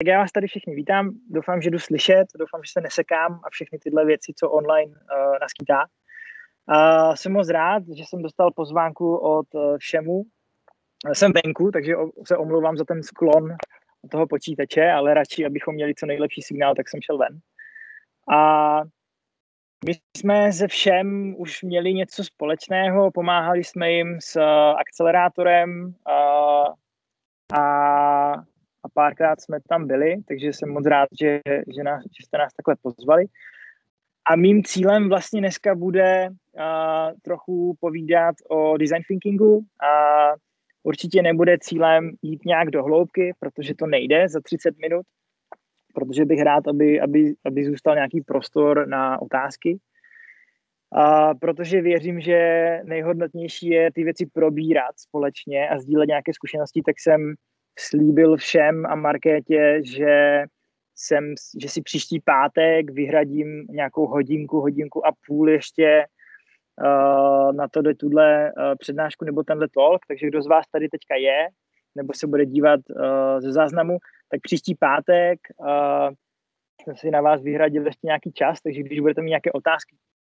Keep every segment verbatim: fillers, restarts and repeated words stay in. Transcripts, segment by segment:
Tak já vás tady všichni vítám, doufám, že jdu slyšet, doufám, že se nesekám a všechny tyhle věci, co online uh, naskýtá. Uh, jsem moc rád, že jsem dostal pozvánku od uh, Všemu. Jsem venku, takže se omlouvám za ten sklon toho počítače, ale radši, abychom měli co nejlepší signál, tak jsem šel ven. A my jsme se Všem už měli něco společného, pomáhali jsme jim s uh, akcelerátorem uh, a a párkrát jsme tam byli, takže jsem moc rád, že, že, nás, že jste nás takhle pozvali. A mým cílem vlastně dneska bude uh, trochu povídat o design thinkingu a určitě nebude cílem jít nějak do hloubky, protože to nejde za třicet minut, protože bych rád, aby, aby, aby zůstal nějaký prostor na otázky. Uh, protože věřím, že nejhodnotnější je ty věci probírat společně a sdílet nějaké zkušenosti, tak jsem slíbil Všem a Markétě, že, jsem, že si příští pátek vyhradím nějakou hodinku, hodinku a půl ještě uh, na to do tuhle uh, přednášku nebo tenhle talk, takže kdo z vás tady teďka je, nebo se bude dívat uh, ze záznamu, tak příští pátek uh, jsem si na vás vyhradil ještě nějaký čas, takže když budete mít nějaké otázky,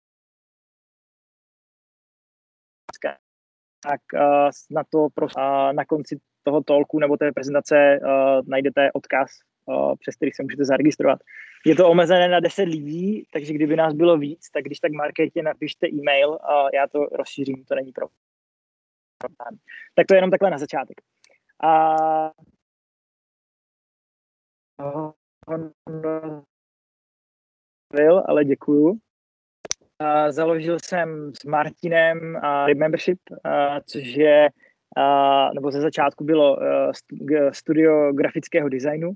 tak uh, na to uh, na konci toho talku nebo té prezentace uh, najdete odkaz, uh, přes který se můžete zaregistrovat. Je to omezené na deset lidí, takže kdyby nás bylo víc, tak když tak Markétě napište e-mail, uh, já to rozšířím, to není problém. Tak to je jenom takhle na začátek. A uh, ale děkuju. Uh, založil jsem s Martinem uh, Remembership, uh, což je Uh, nebo ze začátku bylo uh, studio grafického designu.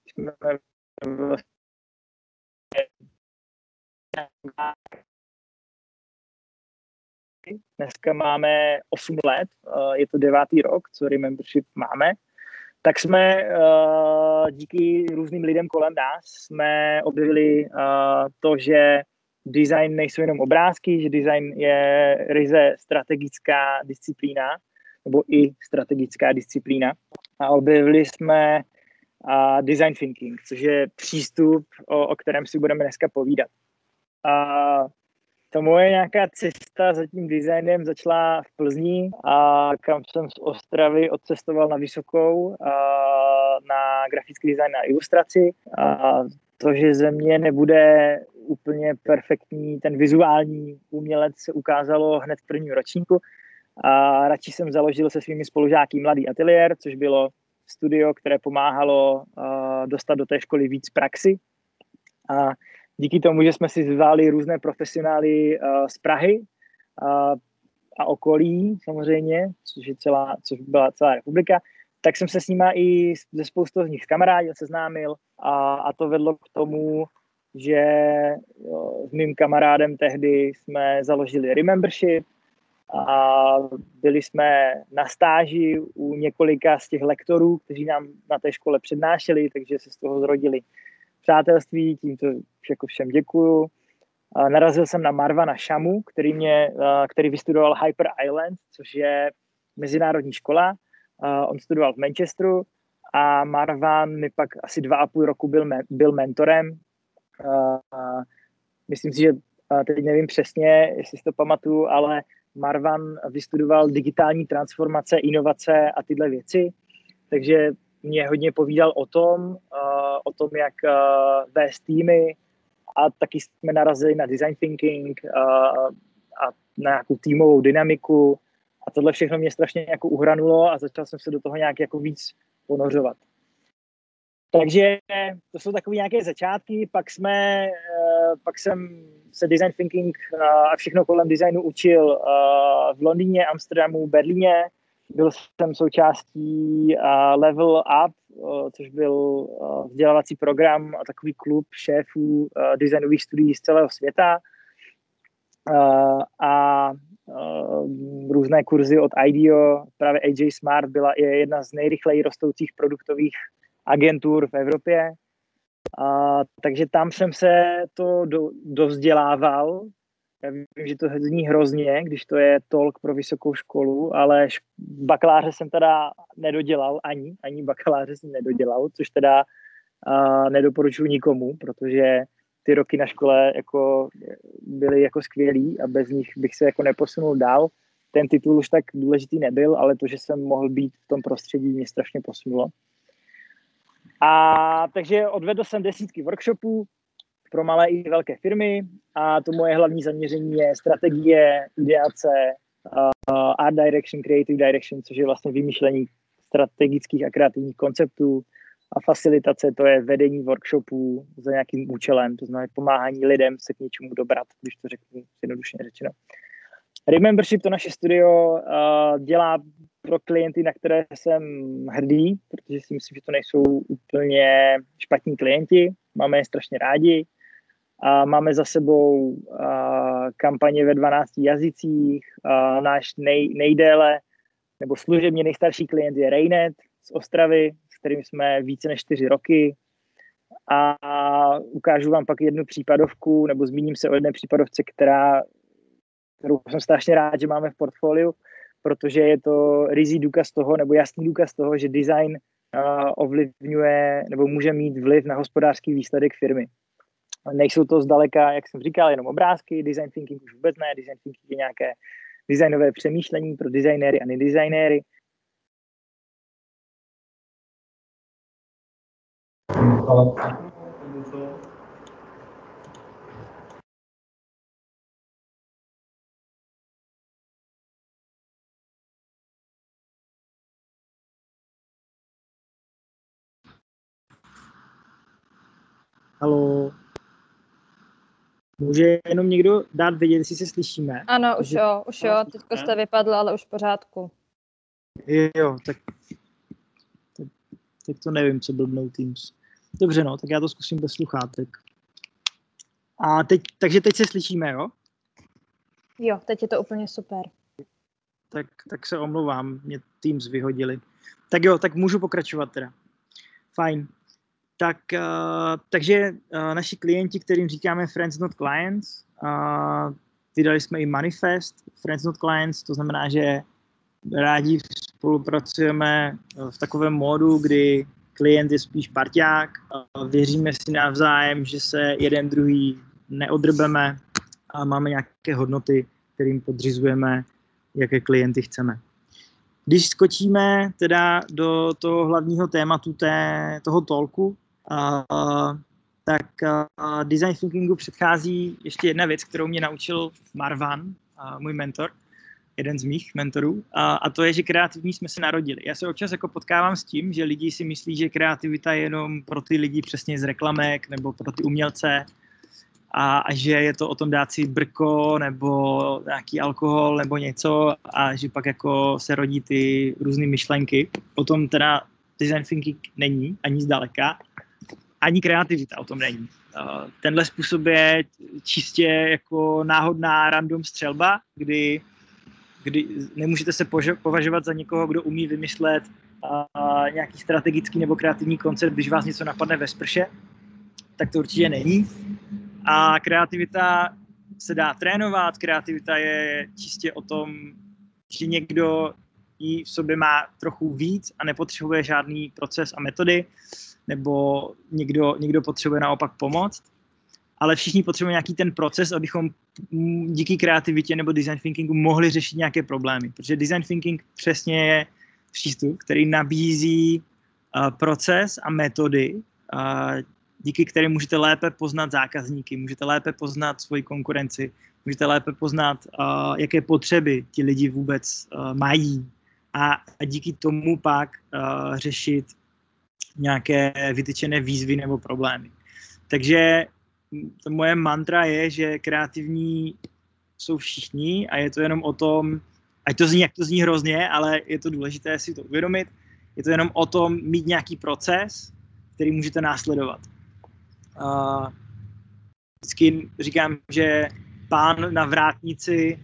Dneska máme osm let, uh, je to devátý rok, co Remembership máme. Tak jsme uh, díky různým lidem kolem nás jsme objevili uh, to, že design nejsou jenom obrázky, že design je ryze strategická disciplína, nebo i strategická disciplína. A objevili jsme uh, design thinking, což je přístup, o, o kterém si budeme dneska povídat. A to moje nějaká cesta za tím designem začala v Plzni, a kam jsem z Ostravy odcestoval na vysokou a na grafický design a ilustraci. A to, že ze mě nebude úplně perfektní ten vizuální umělec, se ukázalo hned v prvním ročníku. A radši jsem založil se svými spolužáky Mladý ateliér, což bylo studio, které pomáhalo uh, dostat do té školy víc praxi. A díky tomu, že jsme si zvali různé profesionály uh, z Prahy uh, a okolí samozřejmě, což, je celá, což byla celá republika, tak jsem se s nima i ze spoustou z nich kamarádil, seznámil a, a to vedlo k tomu, že jo, s mým kamarádem tehdy jsme založili Remembership, a byli jsme na stáži u několika z těch lektorů, kteří nám na té škole přednášeli, takže se z toho zrodili přátelství, tímto jako všem děkuju. A narazil jsem na Marvana Shamu, který, mě, který vystudoval Hyper Island, což je mezinárodní škola. On studoval v Manchesteru a Marvan mi pak asi dva a půl roku byl, byl mentorem. Myslím si, že teď nevím přesně, jestli si to pamatuju, ale Marvan vystudoval digitální transformace, inovace a tyhle věci, takže mě hodně povídal o tom, uh, o tom, jak uh, vést týmy, a taky jsme narazili na design thinking uh, a na nějakou týmovou dynamiku a tohle všechno mě strašně jako uhranulo a začal jsem se do toho nějak jako víc ponořovat. Takže to jsou takové nějaké začátky, pak jsme, pak jsem se design thinking a všechno kolem designu učil v Londýně, Amsterdamu, Berlíně. Byl jsem součástí Level Up, což byl vzdělávací program a takový klub šéfů designových studií z celého světa. A různé kurzy od IDEO, právě A J Smart byla je jedna z nejrychleji rostoucích produktových agentur v Evropě. A, takže tam jsem se to do, dovzdělával. Já vím, že to zní hrozně, když to je talk pro vysokou školu, ale bakaláře jsem teda nedodělal ani, ani bakaláře jsem nedodělal, což teda a nedoporučuji nikomu, protože ty roky na škole jako byly jako skvělý a bez nich bych se jako neposunul dál. Ten titul už tak důležitý nebyl, ale to, že jsem mohl být v tom prostředí, mě strašně posunulo. A takže odvedl jsem desítky workshopů pro malé i velké firmy a to moje hlavní zaměření je strategie, ideace, uh, art direction, creative direction, což je vlastně vymýšlení strategických a kreativních konceptů, a facilitace, to je vedení workshopů za nějakým účelem, to znamená pomáhání lidem se k něčemu dobrat, když to řeknu jednoduše řečeno. Remembership, to naše studio, uh, dělá pro klienty, na které jsem hrdý, protože si myslím, že to nejsou úplně špatní klienti, máme je strašně rádi. A máme za sebou uh, kampaně ve dvanácti jazycích, uh, náš nej, nejdéle nebo služebně nejstarší klient je Raynet z Ostravy, s kterým jsme více než čtyři roky. A ukážu vám pak jednu případovku, nebo zmíním se o jedné případovce, která, kterou jsem strašně rád, že máme v portfoliu, protože je to ryzí důkaz toho, nebo jasný důkaz toho, že design uh, ovlivňuje, nebo může mít vliv na hospodářský výsledek firmy. Nejsou to zdaleka, jak jsem říkal, jenom obrázky, design thinking už vůbec ne, design thinking je nějaké designové přemýšlení pro designéry a nedesignéry. Haló. Může jenom někdo dát vědět, jestli se slyšíme? Ano, už jo, už jo, teďko jste vypadla, ale už v pořádku. Jo, tak teď, teď to nevím, co blbnou Teams. Dobře, no, tak já to zkusím bez sluchátek. A teď, takže teď se slyšíme, jo? Jo, teď je to úplně super. Tak, tak se omlouvám, mě Teams vyhodili. Tak jo, tak můžu pokračovat teda. Fajn. Tak, uh, takže uh, naši klienti, kterým říkáme Friends Not Clients, uh, vydali jsme i manifest Friends Not Clients, to znamená, že rádi spolupracujeme v takovém módu, kdy klient je spíš parťák, uh, věříme si navzájem, že se jeden druhý neodrbeme a máme nějaké hodnoty, kterým podřizujeme, jaké klienty chceme. Když skočíme teda do toho hlavního tématu té, toho talku, Uh, tak uh, design thinkingu předchází ještě jedna věc, kterou mě naučil Marwan, uh, můj mentor, jeden z mých mentorů, uh, a to je, že kreativní jsme se narodili. Já se občas jako potkávám s tím, že lidi si myslí, že kreativita je jenom pro ty lidi přesně z reklamek nebo pro ty umělce a, a že je to o tom dát si brko nebo nějaký alkohol nebo něco a že pak jako se rodí ty různé myšlenky. O tom teda design thinking není ani zdaleka. Ani kreativita o tom není. Tenhle způsob je čistě jako náhodná random střelba, kdy, kdy nemůžete se považovat za někoho, kdo umí vymyslet uh, nějaký strategický nebo kreativní koncept, když vás něco napadne ve sprše, tak to určitě není. A kreativita se dá trénovat, kreativita je čistě o tom, že někdo ji v sobě má trochu víc a nepotřebuje žádný proces a metody, nebo někdo, někdo potřebuje naopak pomoct, ale všichni potřebujeme nějaký ten proces, abychom díky kreativitě nebo design thinkingu mohli řešit nějaké problémy, protože design thinking přesně je přístup, který nabízí uh, proces a metody, uh, díky kterým můžete lépe poznat zákazníky, můžete lépe poznat svoji konkurenci, můžete lépe poznat, uh, jaké potřeby ti lidi vůbec uh, mají a, a díky tomu pak uh, řešit nějaké vytyčené výzvy nebo problémy. Takže to moje mantra je, že kreativní jsou všichni a je to jenom o tom, ať to zní, jak to zní hrozně, ale je to důležité si to uvědomit, je to jenom o tom mít nějaký proces, který můžete následovat. Uh, vždycky říkám, že pán na vrátnici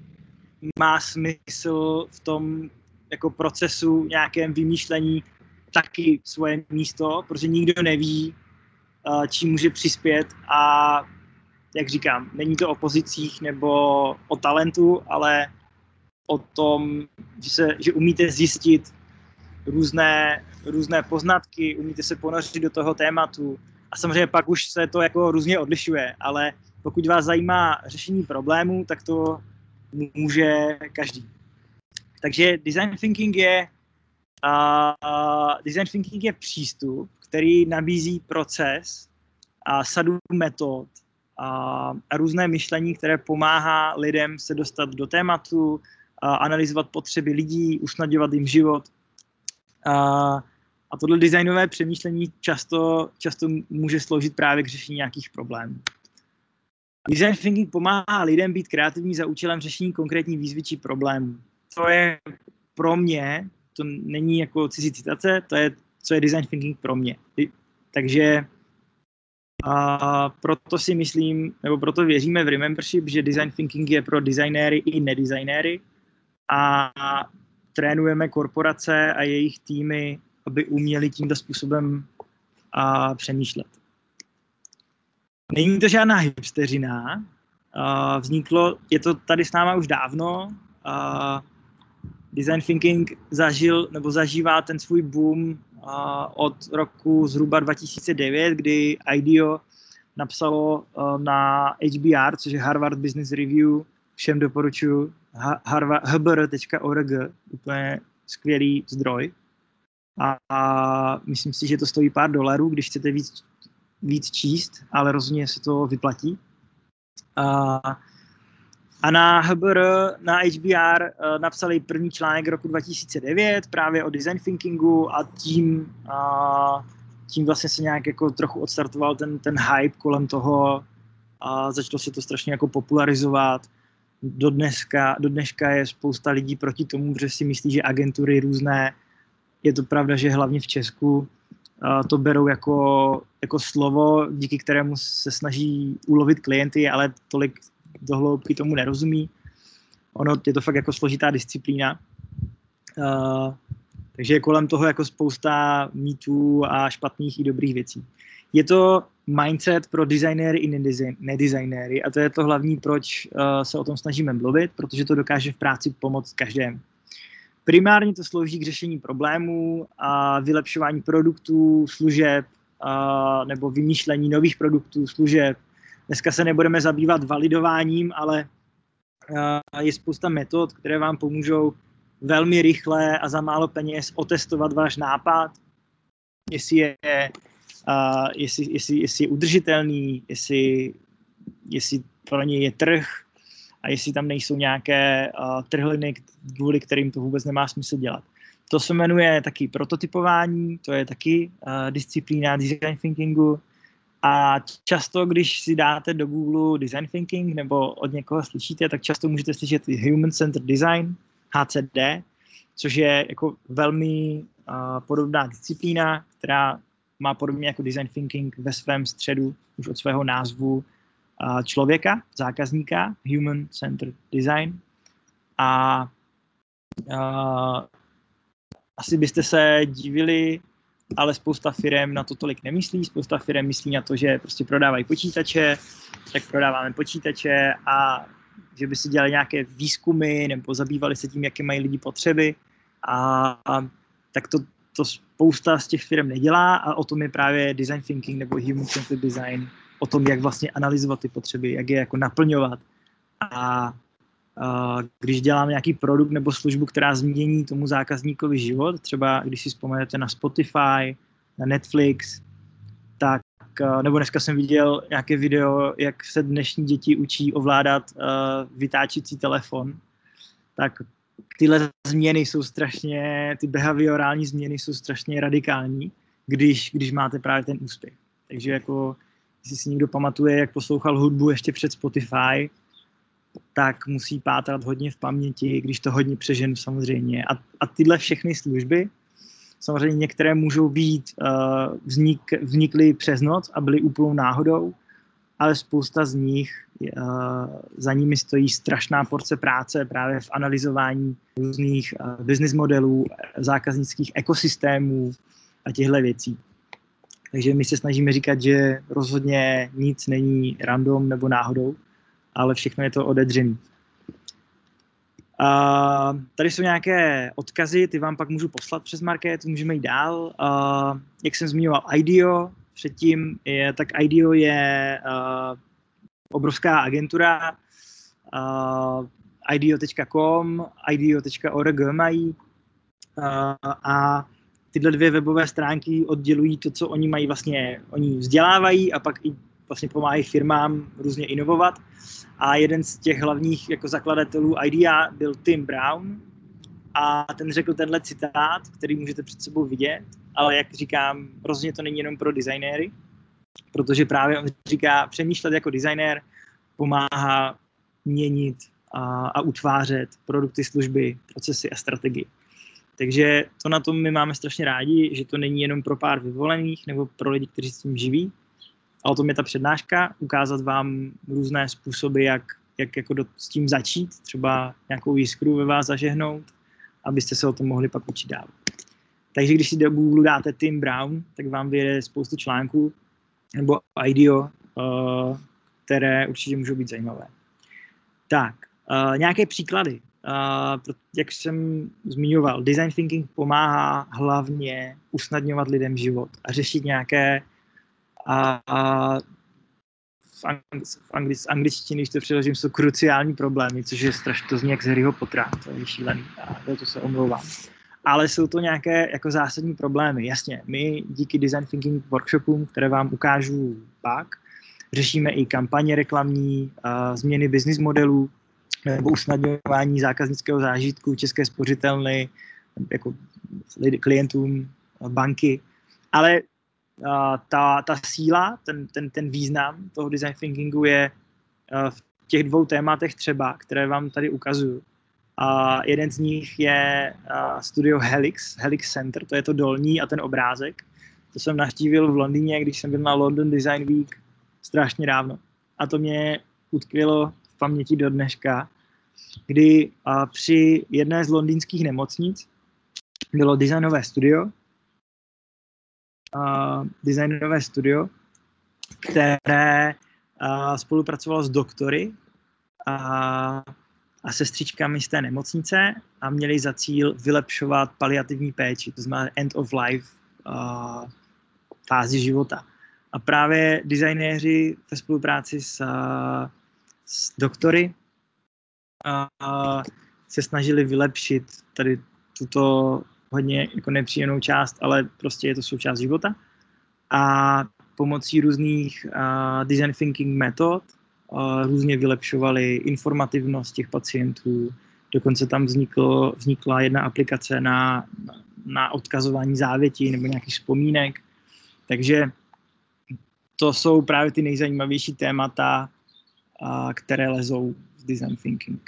má smysl v tom jako procesu nějakém vymýšlení taky svoje místo, protože nikdo neví, čím může přispět a jak říkám, není to o pozicích nebo o talentu, ale o tom, že, se, že umíte zjistit, různé, různé poznatky, umíte se ponořit do toho tématu a samozřejmě pak už se to jako různě odlišuje, ale pokud vás zajímá řešení problémů, tak to může každý. Takže design thinking je uh, design thinking je přístup, který nabízí proces a sadu metod a, a různé myšlení, které pomáhá lidem se dostat do tématu, a analyzovat potřeby lidí, usnadňovat jim život. A, a tohle designové přemýšlení často, často může sloužit právě k řešení nějakých problémů. Design thinking pomáhá lidem být kreativní za účelem řešení konkrétní výzvy či problémů. To je pro mě, to není jako cizí citace, to je, co je design thinking pro mě. Takže a proto si myslím, nebo proto věříme v Remembership, že design thinking je pro designéry i nedesignéry a trénujeme korporace a jejich týmy, aby uměli tímto způsobem a, přemýšlet. Není to žádná hipsteřina, a, vzniklo, je to tady s náma už dávno, a, design thinking zažil nebo zažívá ten svůj boom uh, od roku zhruba dva tisíce devět, kdy I D E O napsalo uh, na H B R, což je Harvard Business Review, všem doporučuji, h b r tečka org, úplně skvělý zdroj. A, a myslím si, že to stojí pár dolarů, když chcete víc, víc číst, ale rozhodně se to vyplatí. Uh, A na H B R, na H B R uh, napsali první článek roku dva tisíce devět právě o design thinkingu a tím, uh, tím vlastně se nějak jako trochu odstartoval ten, ten hype kolem toho a začalo se to strašně jako popularizovat. Do dneska, do dneška je spousta lidí proti tomu, protože si myslí, že agentury různé, je to pravda, že hlavně v Česku uh, to berou jako, jako slovo, díky kterému se snaží ulovit klienty, ale tolik do hloubky tomu nerozumí. Ono je to fakt jako složitá disciplína. Uh, takže je kolem toho jako spousta mýtů a špatných i dobrých věcí. Je to mindset pro designéry i nedesignéry a to je to hlavní, proč uh, se o tom snažíme mluvit, protože to dokáže v práci pomoct každému. Primárně to slouží k řešení problémů a vylepšování produktů, služeb uh, nebo vymýšlení nových produktů, služeb. Dneska se nebudeme zabývat validováním, ale uh, je spousta metod, které vám pomůžou velmi rychle a za málo peněz otestovat váš nápad, jestli je, uh, jestli, jestli, jestli je udržitelný, jestli, jestli pro něj je trh a jestli tam nejsou nějaké uh, trhliny, kvůli kterým to vůbec nemá smysl dělat. To se jmenuje taky prototypování, to je taky uh, disciplína design thinkingu. A často, když si dáte do Google design thinking nebo od někoho slyšíte, tak často můžete slyšet human centered design, H C D, což je jako velmi uh, podobná disciplína, která má podobně jako design thinking ve svém středu už od svého názvu uh, člověka, zákazníka, human centered design. A uh, asi byste se divili, ale spousta firem na to tolik nemyslí, spousta firem myslí na to, že prostě prodávají počítače, tak prodáváme počítače a že by si dělali nějaké výzkumy nebo zabývali se tím, jaké mají lidi potřeby a, a tak to, to spousta z těch firm nedělá a o tom je právě design thinking nebo human centered design, o tom, jak vlastně analyzovat ty potřeby, jak je jako naplňovat a Uh, když dělám nějaký produkt nebo službu, která změní tomu zákazníkovi život, třeba když si vzpomenete na Spotify, na Netflix, tak, uh, nebo dneska jsem viděl nějaké video, jak se dnešní děti učí ovládat uh, vytáčecí telefon, tak tyhle změny jsou strašně, ty behaviorální změny jsou strašně radikální, když, když máte právě ten úspěch. Takže jako, jestli si někdo pamatuje, jak poslouchal hudbu ještě před Spotify, tak musí pátrat hodně v paměti, když to hodně přeženu samozřejmě. A, a tyhle všechny služby, samozřejmě některé můžou být, uh, vznik, vznikly přes noc a byly úplnou náhodou, ale spousta z nich, uh, za nimi stojí strašná porce práce právě v analyzování různých uh, business modelů, zákaznických ekosystémů a těchto věcí. Takže my se snažíme říkat, že rozhodně nic není random nebo náhodou, ale všechno je to odedřený. Uh, tady jsou nějaké odkazy, ty vám pak můžu poslat přes Market, můžeme jít dál. Uh, jak jsem zmiňoval IDEO, předtím, je, tak IDEO je uh, obrovská agentura, uh, ideo tečka com, ideo tečka org mají uh, a tyhle dvě webové stránky oddělují to, co oni mají vlastně, oni vzdělávají a pak i vlastně pomáhají firmám různě inovovat. A jeden z těch hlavních jako zakladatelů IDEA byl Tim Brown a ten řekl tenhle citát, který můžete před sebou vidět, ale jak říkám, rozhodně to není jenom pro designéry, protože právě on říká, přemýšlet jako designér pomáhá měnit a, a utvářet produkty, služby, procesy a strategii. Takže to na tom my máme strašně rádi, že to není jenom pro pár vyvolených nebo pro lidi, kteří s tím živí. A o tom je ta přednáška, ukázat vám různé způsoby, jak, jak jako do, s tím začít, třeba nějakou jiskru ve vás zažehnout, abyste se o tom mohli pak učit dál. Takže když si do Google dáte Tim Brown, tak vám vyjde spoustu článků, nebo IDEO, uh, které určitě můžou být zajímavé. Tak, uh, nějaké příklady. Uh, jak jsem zmiňoval, design thinking pomáhá hlavně usnadňovat lidem život a řešit nějaké a, a v, anglic, v anglic, angličtině, když to přeložím, jsou kruciální problémy, což je strašně, to zní jak z Harryho Pottera, to je šílený, a to se omlouvám. Ale jsou to nějaké jako zásadní problémy. Jasně, my díky design thinking workshopům, které vám ukážu pak, řešíme i kampaně reklamní, a změny business modelů, nebo usnadňování zákaznického zážitku České spořitelny, jako klientům banky. Ale a, ta, ta síla, ten, ten, ten význam toho design thinkingu je a, v těch dvou tématech třeba, které vám tady ukazuju. A jeden z nich je a, studio Helix, Helix Center, to je to dolní a ten obrázek. To jsem navštívil v Londýně, když jsem byl na London Design Week strašně dávno. A to mě utkvělo v paměti do dneška, kdy a, při jedné z londýnských nemocnic bylo designové studio, a, designové studio, které a, spolupracovalo s doktory a, a sestřičkami z té nemocnice a měli za cíl vylepšovat paliativní péči, to znamená end of life a, fázi života. A právě designéři ve spolupráci s, a, s doktory a, a se snažili vylepšit tady tuto hodně jako nepříjemnou část, ale prostě je to součást života. A pomocí různých uh, design thinking metod uh, různě vylepšovali informativnost těch pacientů. Dokonce tam vzniklo, vznikla jedna aplikace na, na odkazování závětí nebo nějakých vzpomínek. Takže to jsou právě ty nejzajímavější témata, uh, které lezou v design thinking.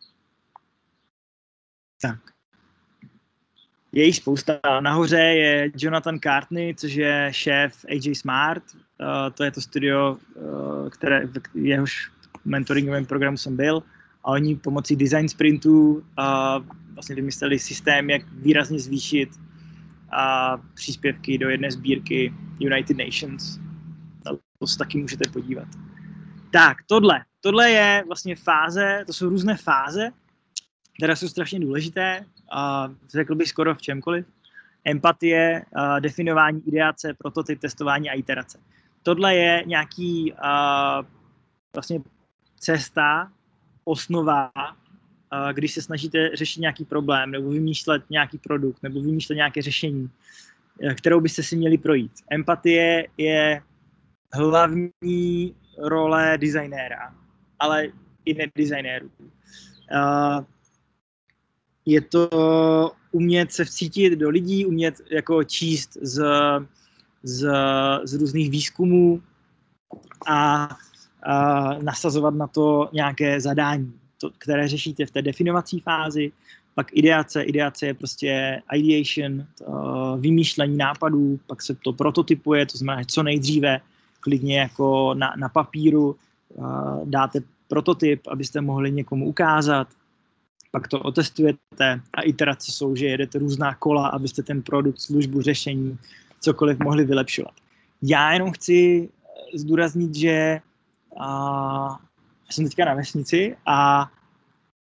Tak. Je jich spousta. Nahoře je Jonathan Cartney, což je šéf A J Smart. Uh, to je to studio, uh, které, v jehož mentoringovém programu jsem byl. A oni pomocí design sprintů uh, vlastně vymysleli systém, jak výrazně zvýšit uh, příspěvky do jedné sbírky United Nations. To se taky můžete podívat. Tak, tohle. Tohle je vlastně fáze, to jsou různé fáze, které jsou strašně důležité, a řekl bych skoro v čemkoliv. Empatie, a definování, ideace, prototyp, testování a iterace. Tohle je nějaký a, vlastně cesta, osnova, a, když se snažíte řešit nějaký problém, nebo vymýšlet nějaký produkt, nebo vymýšlet nějaké řešení, kterou byste si měli projít. Empatie je hlavní role designéra, ale i nedesignérů. A, je to umět se vcítit do lidí, umět jako číst z, z, z různých výzkumů a, a nasazovat na to nějaké zadání, to, které řešíte v té definovací fázi. Pak ideace, ideace je prostě ideation, to, vymýšlení nápadů, pak se to prototypuje, to znamená, co nejdříve klidně jako na, na papíru dáte prototyp, abyste mohli někomu ukázat. Pak to otestujete a iterace jsou, že jedete různá kola, abyste ten produkt, službu, řešení, cokoliv mohli vylepšovat. Já jenom chci zdůraznit, že a, jsem teďka na vesnici a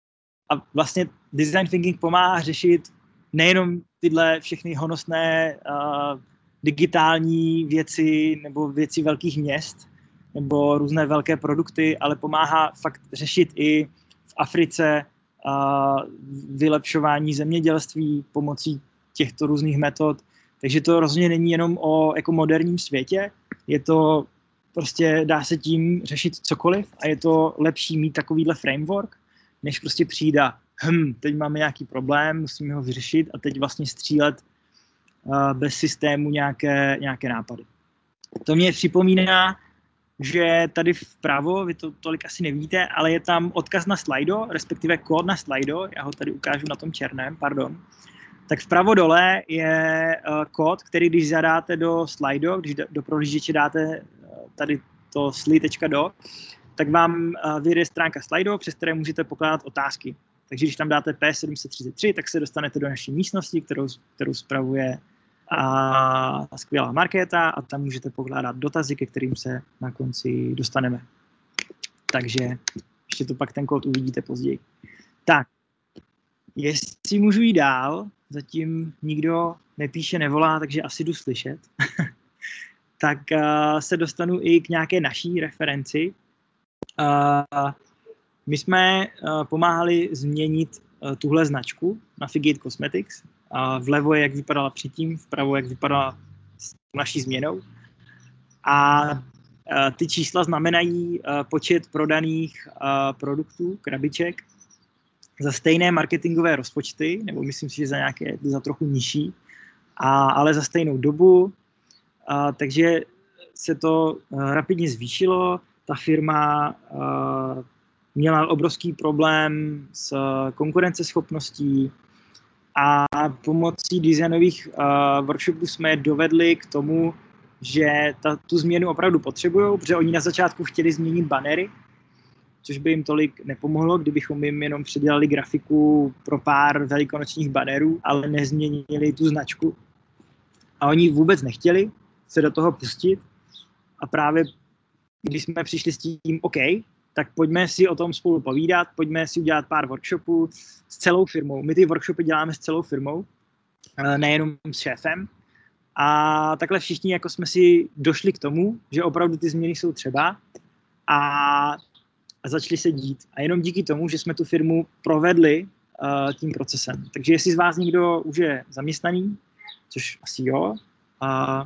a vlastně design thinking pomáhá řešit nejenom tyhle všechny honosné uh, digitální věci nebo věci velkých měst nebo různé velké produkty, ale pomáhá fakt řešit i v Africe uh, vylepšování zemědělství pomocí těchto různých metod. Takže to rozhodně není jenom o jako moderním světě, je to prostě dá se tím řešit cokoliv a je to lepší mít takovýhle framework, než prostě přijít a hm, teď máme nějaký problém, musíme ho vyřešit a teď vlastně střílet uh, bez systému nějaké, nějaké nápady. To mě připomíná, že tady vpravo, vy to tolik asi nevíte, ale je tam odkaz na Slido, respektive kód na Slido, já ho tady ukážu na tom černém, pardon. Tak vpravo dole je uh, kód, který když zadáte do Slido, když do, do prohlížeče dáte uh, tady to sli tečka do, tak vám uh, vyjde stránka Slido, přes které můžete pokládat otázky. Takže když tam dáte P sedm set třicet tři, tak se dostanete do naší místnosti, kterou, kterou spravuje a skvělá Markéta a tam můžete pokládat dotazy, ke kterým se na konci dostaneme. Takže ještě to pak ten kód uvidíte později. Tak, jestli můžu jít dál, zatím nikdo nepíše, nevolá, takže asi jdu slyšet, tak uh, se dostanu i k nějaké naší referenci. Uh, my jsme uh, pomáhali změnit uh, tuhle značku Navigate Cosmetics. Uh, vlevo je, jak vypadala předtím, vpravo, jak vypadala s naší změnou. A uh, ty čísla znamenají uh, počet prodaných uh, produktů, krabiček, za stejné marketingové rozpočty, nebo myslím si, že za nějaké, za trochu nižší, a, ale za stejnou dobu. A, takže se to uh, rapidně zvýšilo. Ta firma uh, měla obrovský problém s konkurenceschopností a pomocí designových uh, workshopů jsme je dovedli k tomu, že ta, tu změnu opravdu potřebují, protože oni na začátku chtěli změnit banery, což by jim tolik nepomohlo, kdybychom jim jenom předělali grafiku pro pár velikonočních banerů, ale nezměnili tu značku. A oni vůbec nechtěli se do toho pustit. A právě když jsme přišli s tím, OK, tak pojďme si o tom spolu povídat, pojďme si udělat pár workshopů s celou firmou. My ty workshopy děláme s celou firmou, nejenom s šéfem. A takhle všichni jako jsme si došli k tomu, že opravdu ty změny jsou třeba a a začali se dít. A jenom díky tomu, že jsme tu firmu provedli uh, tím procesem. Takže jestli z vás někdo už je zaměstnaný, což asi jo, uh,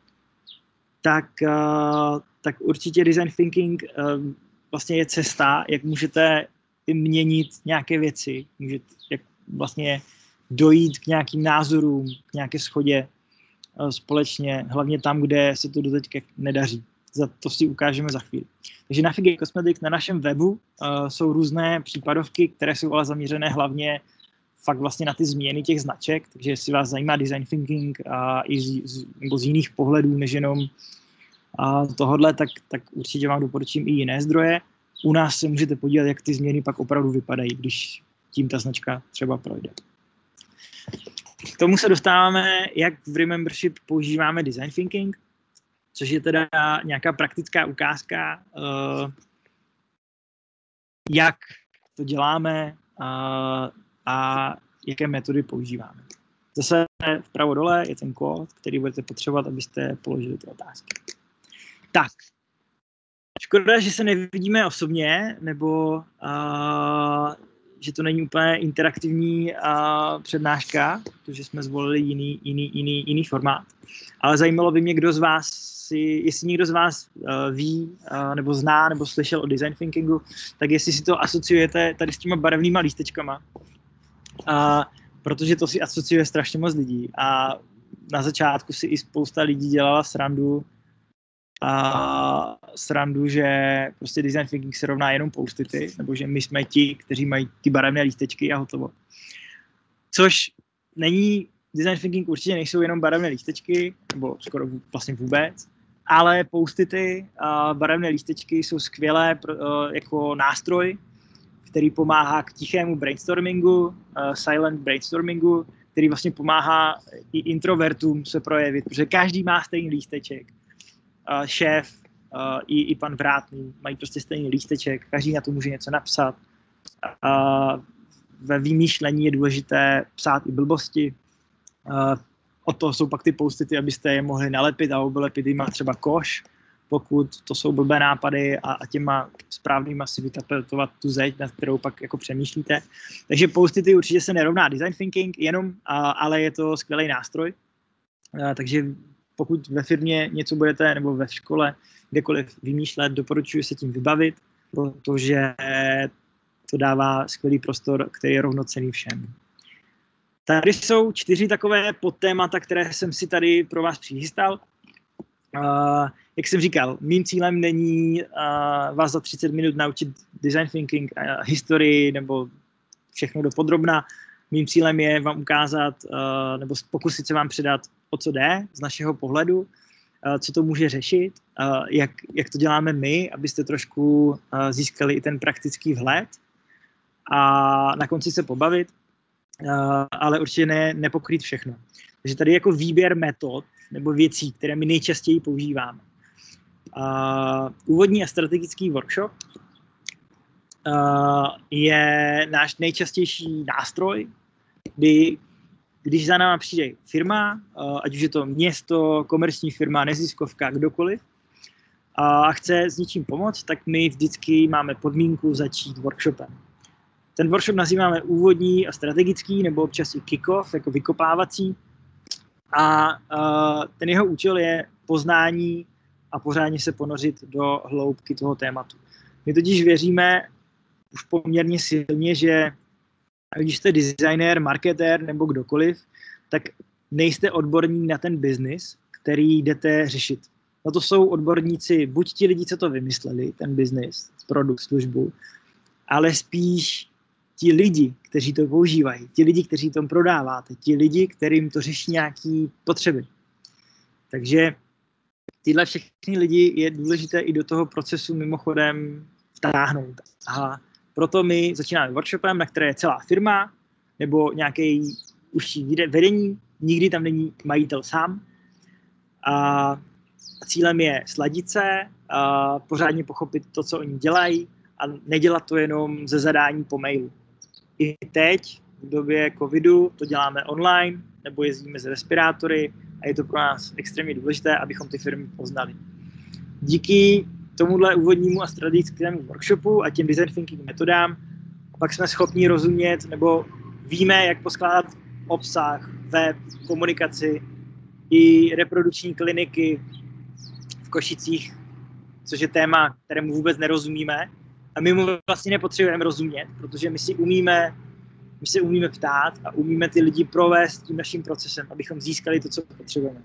tak, uh, tak určitě design thinking uh, vlastně je cesta, jak můžete měnit nějaké věci, můžete jak vlastně dojít k nějakým názorům, k nějaké shodě uh, společně, hlavně tam, kde se to doteďka nedaří. Za to si ukážeme za chvíli. Takže na Navigate Cosmetics na našem webu uh, jsou různé případovky, které jsou ale zaměřené hlavně fakt vlastně na ty změny těch značek, takže jestli vás zajímá design thinking uh, i z, z, nebo z jiných pohledů než jenom uh, tohodle, tak, tak určitě vám doporučím i jiné zdroje. U nás se můžete podívat, jak ty změny pak opravdu vypadají, když tím ta značka třeba projde. K tomu se dostáváme, jak v Remembership používáme design thinking, což je teda nějaká praktická ukázka, uh, jak to děláme uh, a jaké metody používáme. Zase vpravo dole je ten kód, který budete potřebovat, abyste položili ty otázky. Tak, škoda, že se nevidíme osobně, nebo uh, že to není úplně interaktivní uh, přednáška, protože jsme zvolili jiný, jiný, jiný, jiný formát. Ale zajímalo by mě, kdo z vás si, jestli někdo z vás uh, ví, uh, nebo zná, nebo slyšel o design thinkingu, tak jestli si to asociujete tady s těma barevnýma lístečkama. Uh, protože to si asociuje strašně moc lidí. A na začátku si i spousta lidí dělala srandu, a srandu, že prostě design thinking se rovná jenom post-ity, nebo že my jsme ti, kteří mají ty barevné lístečky a hotovo. Což není, design thinking určitě nejsou jenom barevné lístečky, nebo skoro vlastně vůbec, ale post-ity a barevné lístečky jsou skvělé pro, uh, jako nástroj, který pomáhá k tichému brainstormingu, uh, silent brainstormingu, který vlastně pomáhá i introvertům se projevit, protože každý má stejný lísteček. Uh, šéf uh, i, i pan Vrátný mají prostě stejný lísteček, každý na to může něco napsat. Uh, ve vymýšlení je důležité psát i blbosti. Uh, o to jsou pak ty postity, abyste je mohli nalepit a obelepit jima třeba koš, pokud to jsou blbé nápady a, a těma správnýma si vytapetovat tu zeď, nad kterou pak jako přemýšlíte. Takže postity určitě se nerovná design thinking jenom, uh, ale je to skvělý nástroj. Uh, takže pokud ve firmě něco budete, nebo ve škole, kdekoliv vymýšlet, doporučuji se tím vybavit, protože to dává skvělý prostor, který je rovnocenný všem. Tady jsou čtyři takové podtémata, které jsem si tady pro vás přichystal. Uh, jak jsem říkal, mým cílem není uh, vás za třicet minut naučit design thinking, uh, historii nebo všechno dopodrobna. Mým cílem je vám ukázat, uh, nebo pokusit se vám předat, o co jde z našeho pohledu, uh, co to může řešit, uh, jak, jak to děláme my, abyste trošku uh, získali i ten praktický vhled a na konci se pobavit, uh, ale určitě ne, nepokrýt všechno. Takže tady jako výběr metod nebo věcí, které my nejčastěji používáme. Uh, úvodní a strategický workshop uh, je náš nejčastější nástroj, kdy když za náma přijde firma, uh, ať už je to město, komerční firma, neziskovka, kdokoliv, uh, a chce s něčím pomoct, tak my vždycky máme podmínku začít workshopem. Ten workshop nazýváme úvodní a strategický, nebo občas i kick-off, jako vykopávací. A uh, ten jeho účel je poznání a pořádně se ponořit do hloubky toho tématu. My totiž věříme už poměrně silně, že když jste designér, marketér nebo kdokoliv, tak nejste odborník na ten biznis, který jdete řešit. No to jsou odborníci, buď ti lidi, co to vymysleli, ten biznis, produkt, službu, ale spíš ti lidi, kteří to používají, ti lidi, kteří to prodáváte, ti lidi, kterým to řeší nějaké potřeby. Takže tyhle všechny lidi je důležité i do toho procesu mimochodem vtáhnout. A proto my začínáme workshopem, na které je celá firma nebo nějaké užší vedení, nikdy tam není majitel sám. A cílem je sladit se, a pořádně pochopit to, co oni dělají a nedělat to jenom ze zadání po mailu. I teď, v době covidu, to děláme online, nebo jezdíme s respirátory a je to pro nás extrémně důležité, abychom ty firmy poznali. Díky tomuhle úvodnímu a strategickému workshopu a těm design thinking metodám pak jsme schopni rozumět, nebo víme, jak poskládat obsah, web, komunikaci i reprodukční kliniky v Košicích, což je téma, kterému vůbec nerozumíme. A my mu vlastně nepotřebujeme rozumět, protože my si umíme, my si umíme ptát a umíme ty lidi provést tím naším procesem, abychom získali to, co potřebujeme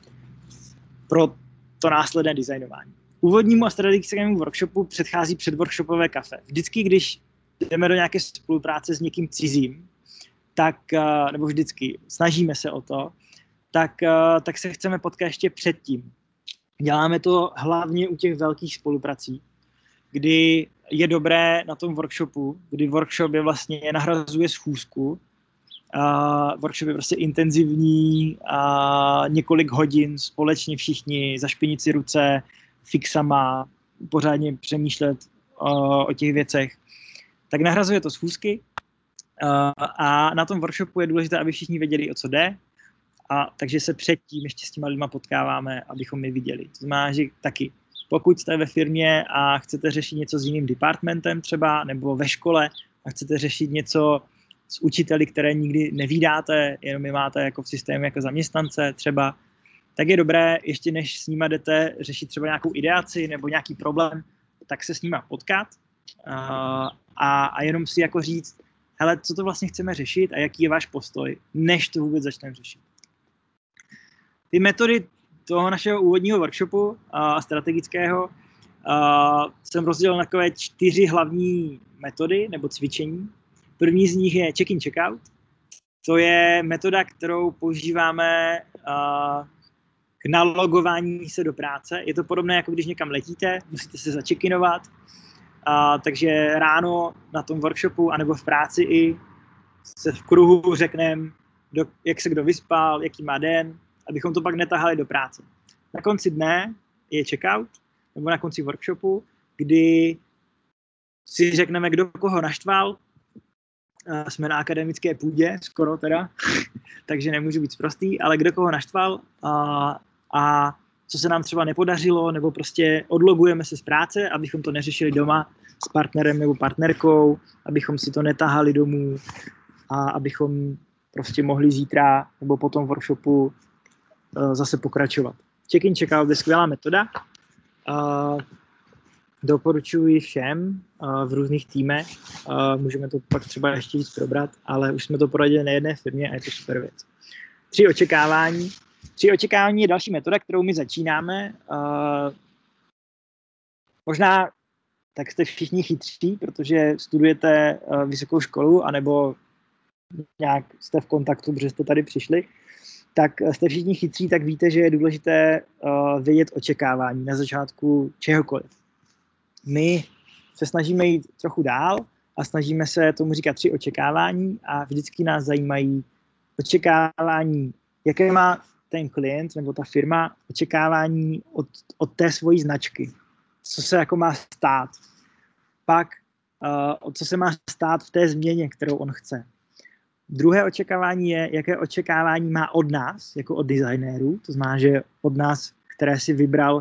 pro to následné designování. Úvodnímu a strategickému workshopu předchází předworkshopové kafe. Vždycky, když jdeme do nějaké spolupráce s někým cizím, tak, nebo vždycky snažíme se o to, tak, tak se chceme potkat ještě předtím. Děláme to hlavně u těch velkých spoluprací, kdy je dobré na tom workshopu, kdy workshop je vlastně nahrazuje schůzku. Uh, workshop je prostě intenzivní, uh, několik hodin společně všichni, zašpinit si ruce fixama, pořádně přemýšlet uh, o těch věcech. Tak nahrazuje to schůzky uh, a na tom workshopu je důležité, aby všichni věděli, o co jde. A takže se předtím ještě s těma lidma potkáváme, abychom je viděli. To znamená, že taky pokud jste ve firmě a chcete řešit něco s jiným departmentem třeba, nebo ve škole a chcete řešit něco s učiteli, které nikdy nevídáte, jenom je máte jako v systému jako zaměstnance třeba, tak je dobré, ještě než s nima jdete řešit třeba nějakou ideaci nebo nějaký problém, tak se s nima potkat a, a, a jenom si jako říct, hele, co to vlastně chceme řešit a jaký je váš postoj, než to vůbec začneme řešit. Ty metody toho našeho úvodního workshopu a strategického a jsem rozdělil na takové čtyři hlavní metody nebo cvičení. První z nich je check-in, check-out. To je metoda, kterou používáme a, k nalogování se do práce. Je to podobné, jako když někam letíte, musíte se začekinovat. A, takže ráno na tom workshopu anebo v práci i se v kruhu řekneme, jak se kdo vyspal, jaký má den, abychom to pak netahali do práce. Na konci dne je checkout, nebo na konci workshopu, kdy si řekneme, kdo koho naštval, Uh, jsme na akademické půdě, skoro teda, takže nemůžu být sprostý, ale kdo koho naštval uh, a co se nám třeba nepodařilo, nebo prostě odlogujeme se z práce, abychom to neřešili doma s partnerem nebo partnerkou, abychom si to netahali domů a abychom prostě mohli zítra nebo po tom workshopu uh, zase pokračovat. Check-in, check-out je skvělá metoda. Uh, doporučuji všem uh, v různých týmech. Uh, můžeme to pak třeba ještě víc probrat, ale už jsme to poradili na jedné firmě a je to super věc. Tři očekávání. Tři očekávání je další metoda, kterou my začínáme. Uh, možná tak jste všichni chytří, protože studujete uh, vysokou školu, anebo nějak jste v kontaktu, protože jste tady přišli, tak jste všichni chytří, tak víte, že je důležité uh, vědět očekávání na začátku čehokoliv. My se snažíme jít trochu dál a snažíme se tomu říkat tři očekávání a vždycky nás zajímají očekávání, jaké má ten klient nebo ta firma očekávání od, od té svojí značky, co se jako má stát. Pak, uh, co se má stát v té změně, kterou on chce. Druhé očekávání je, jaké očekávání má od nás, jako od designérů, to znamená, že od nás, které si vybral,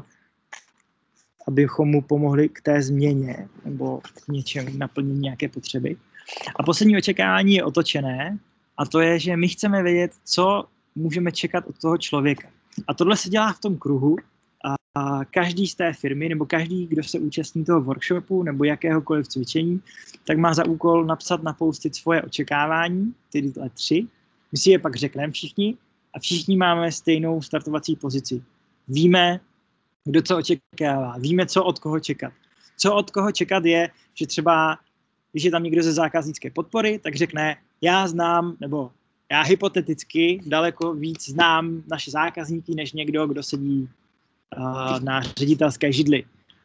abychom mu pomohli k té změně nebo k něčemu naplnění nějaké potřeby. A poslední očekávání je otočené a to je, že my chceme vědět, co můžeme čekat od toho člověka. A tohle se dělá v tom kruhu a každý z té firmy nebo každý, kdo se účastní toho workshopu nebo jakéhokoliv cvičení, tak má za úkol napsat na post-it svoje očekávání, tyhle tři. My si je pak řekneme všichni a všichni máme stejnou startovací pozici. Víme, kdo co očekává, víme, co od koho čekat. Co od koho čekat je, že třeba, když je tam někdo ze zákaznické podpory, tak řekne, já znám, nebo já hypoteticky daleko víc znám naše zákazníky, než někdo, kdo sedí uh, na ředitelské židli.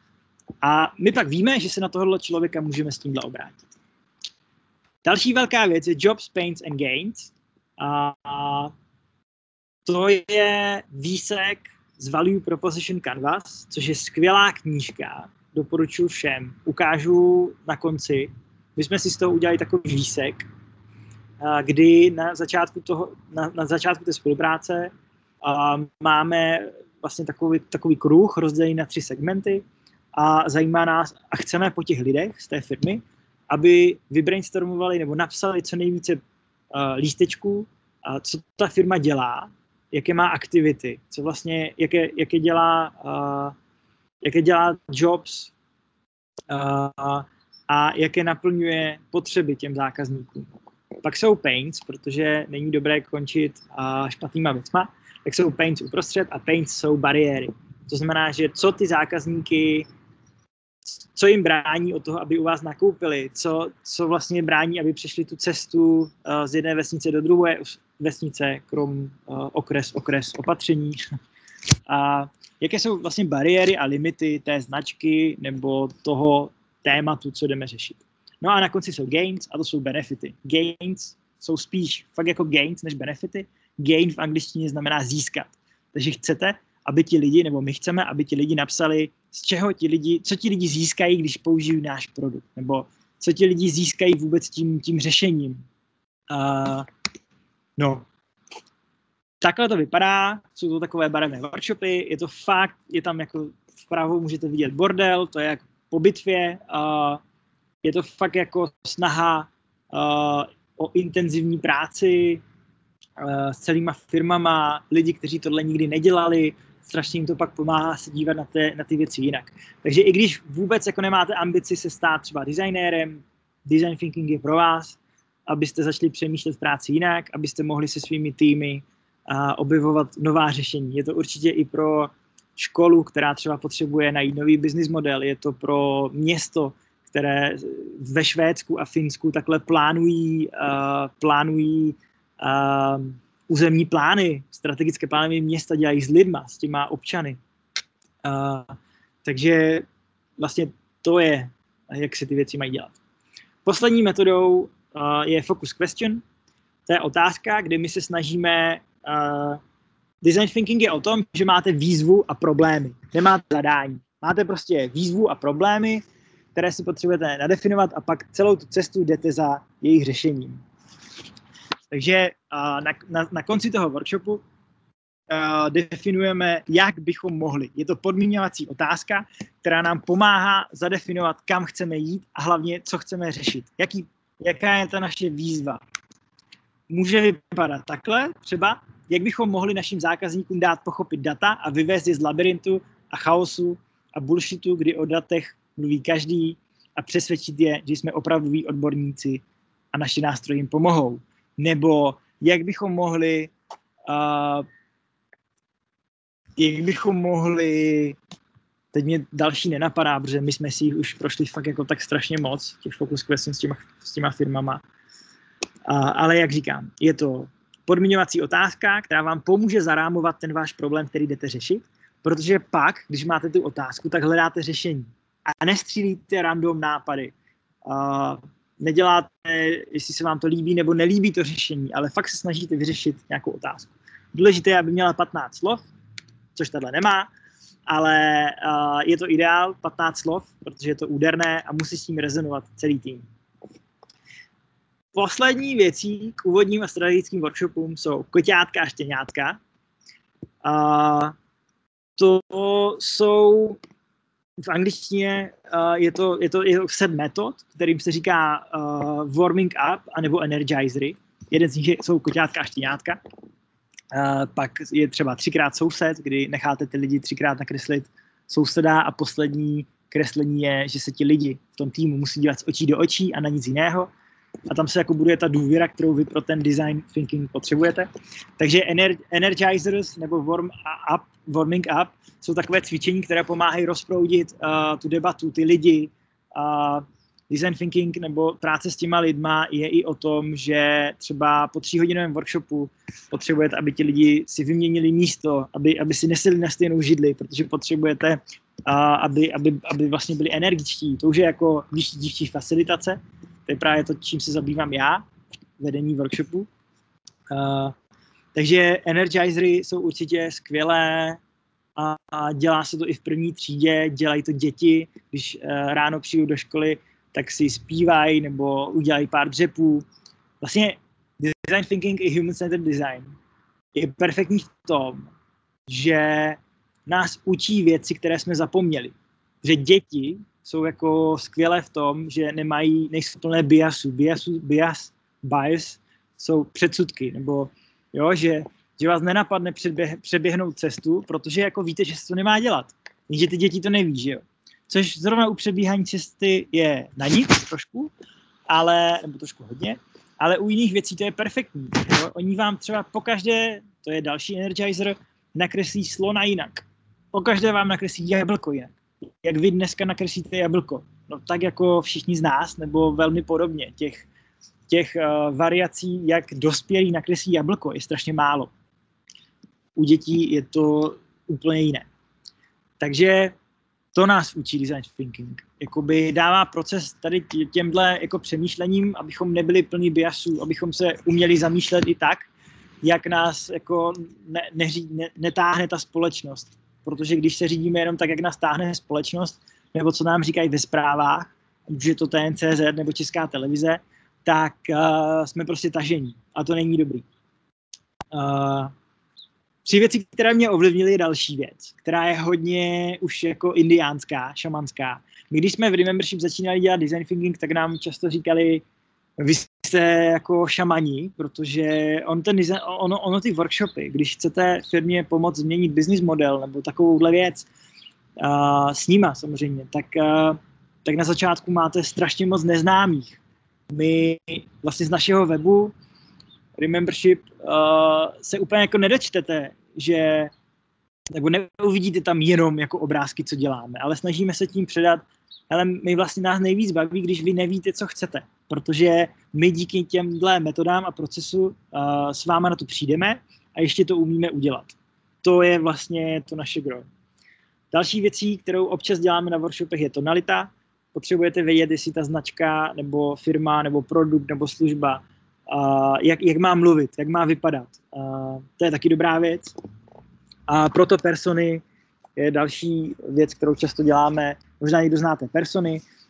A my pak víme, že se na tohohle člověka můžeme s tímhle obrátit. Další velká věc je Jobs, Pains and Gains. A to je výsek z Value Proposition Canvas, což je skvělá knížka. Doporučuji všem. Ukážu na konci. My jsme si z toho udělali takový výsek, kdy na začátku, toho, na, na začátku té spolupráce uh, máme vlastně takový, takový kruh rozdělený na tři segmenty a zajímá nás a chceme po těch lidech z té firmy, aby vybrainstormovali nebo napsali co nejvíce uh, lístečků, uh, co ta firma dělá, jaké má aktivity, co vlastně, jaké, jaké dělá, uh, jaké dělá jobs uh, a jaké naplňuje potřeby těm zákazníkům. Pak jsou pains, protože není dobré končit uh, špatnýma věcma, tak jsou pains uprostřed a pains jsou bariéry. To znamená, že co ty zákazníky, co jim brání od toho, aby u vás nakoupili, co, co vlastně brání, aby přešli tu cestu uh, z jedné vesnice do druhé vesnice, krom uh, okres, okres, opatření. A jaké jsou vlastně bariéry a limity té značky nebo toho tématu, co jdeme řešit. No a na konci jsou gains a to jsou benefity. Gains jsou spíš fakt jako gains než benefity. Gain v angličtině znamená získat. Takže chcete, aby ti lidi, nebo my chceme, aby ti lidi napsali, z čeho ti lidi, co ti lidi získají, když použijí náš produkt, nebo co ti lidi získají vůbec tím, tím řešením. Uh, no, takhle to vypadá, jsou to takové barevné workshopy, je to fakt, je tam jako vpravo můžete vidět bordel, to je jako po bitvě, uh, je to fakt jako snaha uh, o intenzivní práci uh, s celýma firmama, lidi, kteří tohle nikdy nedělali, strašně jim to pak pomáhá se dívat na, té, na ty věci jinak. Takže i když vůbec jako nemáte ambici se stát třeba designérem, design thinking je pro vás, abyste začali přemýšlet v práci jinak, abyste mohli se svými týmy uh, objevovat nová řešení. Je to určitě i pro školu, která třeba potřebuje najít nový business model, je to pro město, které ve Švédsku a Finsku takhle plánují, uh, plánují uh, územní plány, strategické plány města dělají s lidma, s těma občany. Uh, takže vlastně to je, jak se ty věci mají dělat. Poslední metodou uh, je focus question. To je otázka, kde my se snažíme... Uh, design thinking je o tom, že máte výzvu a problémy. Nemáte zadání. Máte prostě výzvu a problémy které si potřebujete nadefinovat a pak celou tu cestu jdete za jejich řešením. Takže uh, na, na, na konci toho workshopu Uh, definujeme, jak bychom mohli. Je to podmíňovací otázka, která nám pomáhá zadefinovat, kam chceme jít a hlavně, co chceme řešit. Jaký, jaká je ta naše výzva? Může vypadat takhle třeba, jak bychom mohli našim zákazníkům dát pochopit data a vyvést je z labirintu a chaosu a bullshitu, kdy o datech mluví každý a přesvědčit je, že jsme opravdoví odborníci a naši nástroje jim pomohou. Nebo jak bychom mohli uh, jak bychom mohli, teď mě další nenapadá, protože my jsme si jich už prošli fakt jako tak strašně moc, těch focus questions s těma, s těma firmama. A, ale jak říkám, je to podmiňovací otázka, která vám pomůže zarámovat ten váš problém, který jdete řešit, protože pak, když máte tu otázku, tak hledáte řešení. A nestřílíte random nápady. A neděláte, jestli se vám to líbí nebo nelíbí to řešení, ale fakt se snažíte vyřešit nějakou otázku. Důležité je, aby měla patnáct slov, což tahle nemá, ale uh, je to ideál, patnáct slov, protože je to úderné a musí s tím rezonovat celý tým. Poslední věcí k úvodním a strategickým workshopům jsou koťátka a štěňátka. Uh, to jsou v angličtině uh, je, to, je, to, je to set metod, kterým se říká uh, warming up anebo energizery. Jeden z nich jsou koťátka a štěňátka. Uh, pak je třeba třikrát soused, kdy necháte ty lidi třikrát nakreslit souseda a poslední kreslení je, že se ti lidi v tom týmu musí dívat z očí do očí a na nic jiného. A tam se jako buduje ta důvěra, kterou vy pro ten design thinking potřebujete. Takže ener- energizers nebo warm up, warming up jsou takové cvičení, které pomáhají rozproudit uh, tu debatu, ty lidi. Uh, design thinking nebo práce s těma lidma je i o tom, že třeba po tříhodinovém workshopu potřebujete, aby ti lidi si vyměnili místo, aby, aby si nesedli na stejnou židli, protože potřebujete, uh, aby, aby, aby vlastně byli energičtí. To už je jako dívčí facilitace. To je právě to, čím se zabývám já, vedení workshopu. Uh, takže energizery jsou určitě skvělé a, a dělá se to i v první třídě, dělají to děti, když uh, ráno přijdou do školy, tak si zpívají nebo udělají pár dřepů. Vlastně design thinking i human-centered design je perfektní v tom, že nás učí věci, které jsme zapomněli. Že děti jsou jako skvělé v tom, že nemají, nejsou plné biasu. Biasu bias, bias jsou předsudky, nebo jo, že, že vás nenapadne předběh, přeběhnout cestu, protože jako víte, že se to nemá dělat. Jenže ty děti to neví, že jo. Což zrovna u přebíhání cesty je na nic trošku, ale, nebo trošku hodně, ale u jiných věcí to je perfektní. Jo? Oni vám třeba pokaždé, to je další energizer, nakreslí slona jinak. Pokaždé vám nakreslí jablko jinak. Jak vy dneska nakreslíte jablko? No tak jako všichni z nás, nebo velmi podobně. Těch, těch uh, variací, jak dospělí nakreslí jablko, je strašně málo. U dětí je to úplně jiné. Takže to nás učí design thinking. Jakoby dává proces tady těmhle jako přemýšlením, abychom nebyli plní biasů, abychom se uměli zamýšlet i tak, jak nás jako ne, neří, ne, netáhne ta společnost. Protože když se řídíme jenom tak, jak nás táhne společnost, nebo co nám říkají ve zprávách, už je to T N C Z nebo Česká televize, tak uh, jsme prostě tažení. A to není dobrý. Uh, Tři věci, které mě ovlivnily, je další věc, která je hodně už jako indiánská, šamanská. My když jsme v Remembership začínali dělat design thinking, tak nám často říkali, vy jste jako šamani, protože on ten design, ono, ono ty workshopy, když chcete firmě pomoct změnit business model nebo takovouhle věc uh, s nima samozřejmě, tak, uh, tak na začátku máte strašně moc neznámých. My vlastně z našeho webu Remembership uh, se úplně jako nedočtete, že nebo neuvidíte tam jenom jako obrázky, co děláme, ale snažíme se tím předat, ale my vlastně nás nejvíc baví, když vy nevíte, co chcete, protože my díky těmhle metodám a procesu uh, s váma na to přijdeme a ještě to umíme udělat. To je vlastně to naše gro. Další věcí, kterou občas děláme na workshopech, je tonalita. Potřebujete vědět, jestli ta značka nebo firma nebo produkt nebo služba Uh, jak, jak má mluvit, jak má vypadat. Uh, to je taky dobrá věc. A proto persony je další věc, kterou často děláme. Možná někdo znáte persony.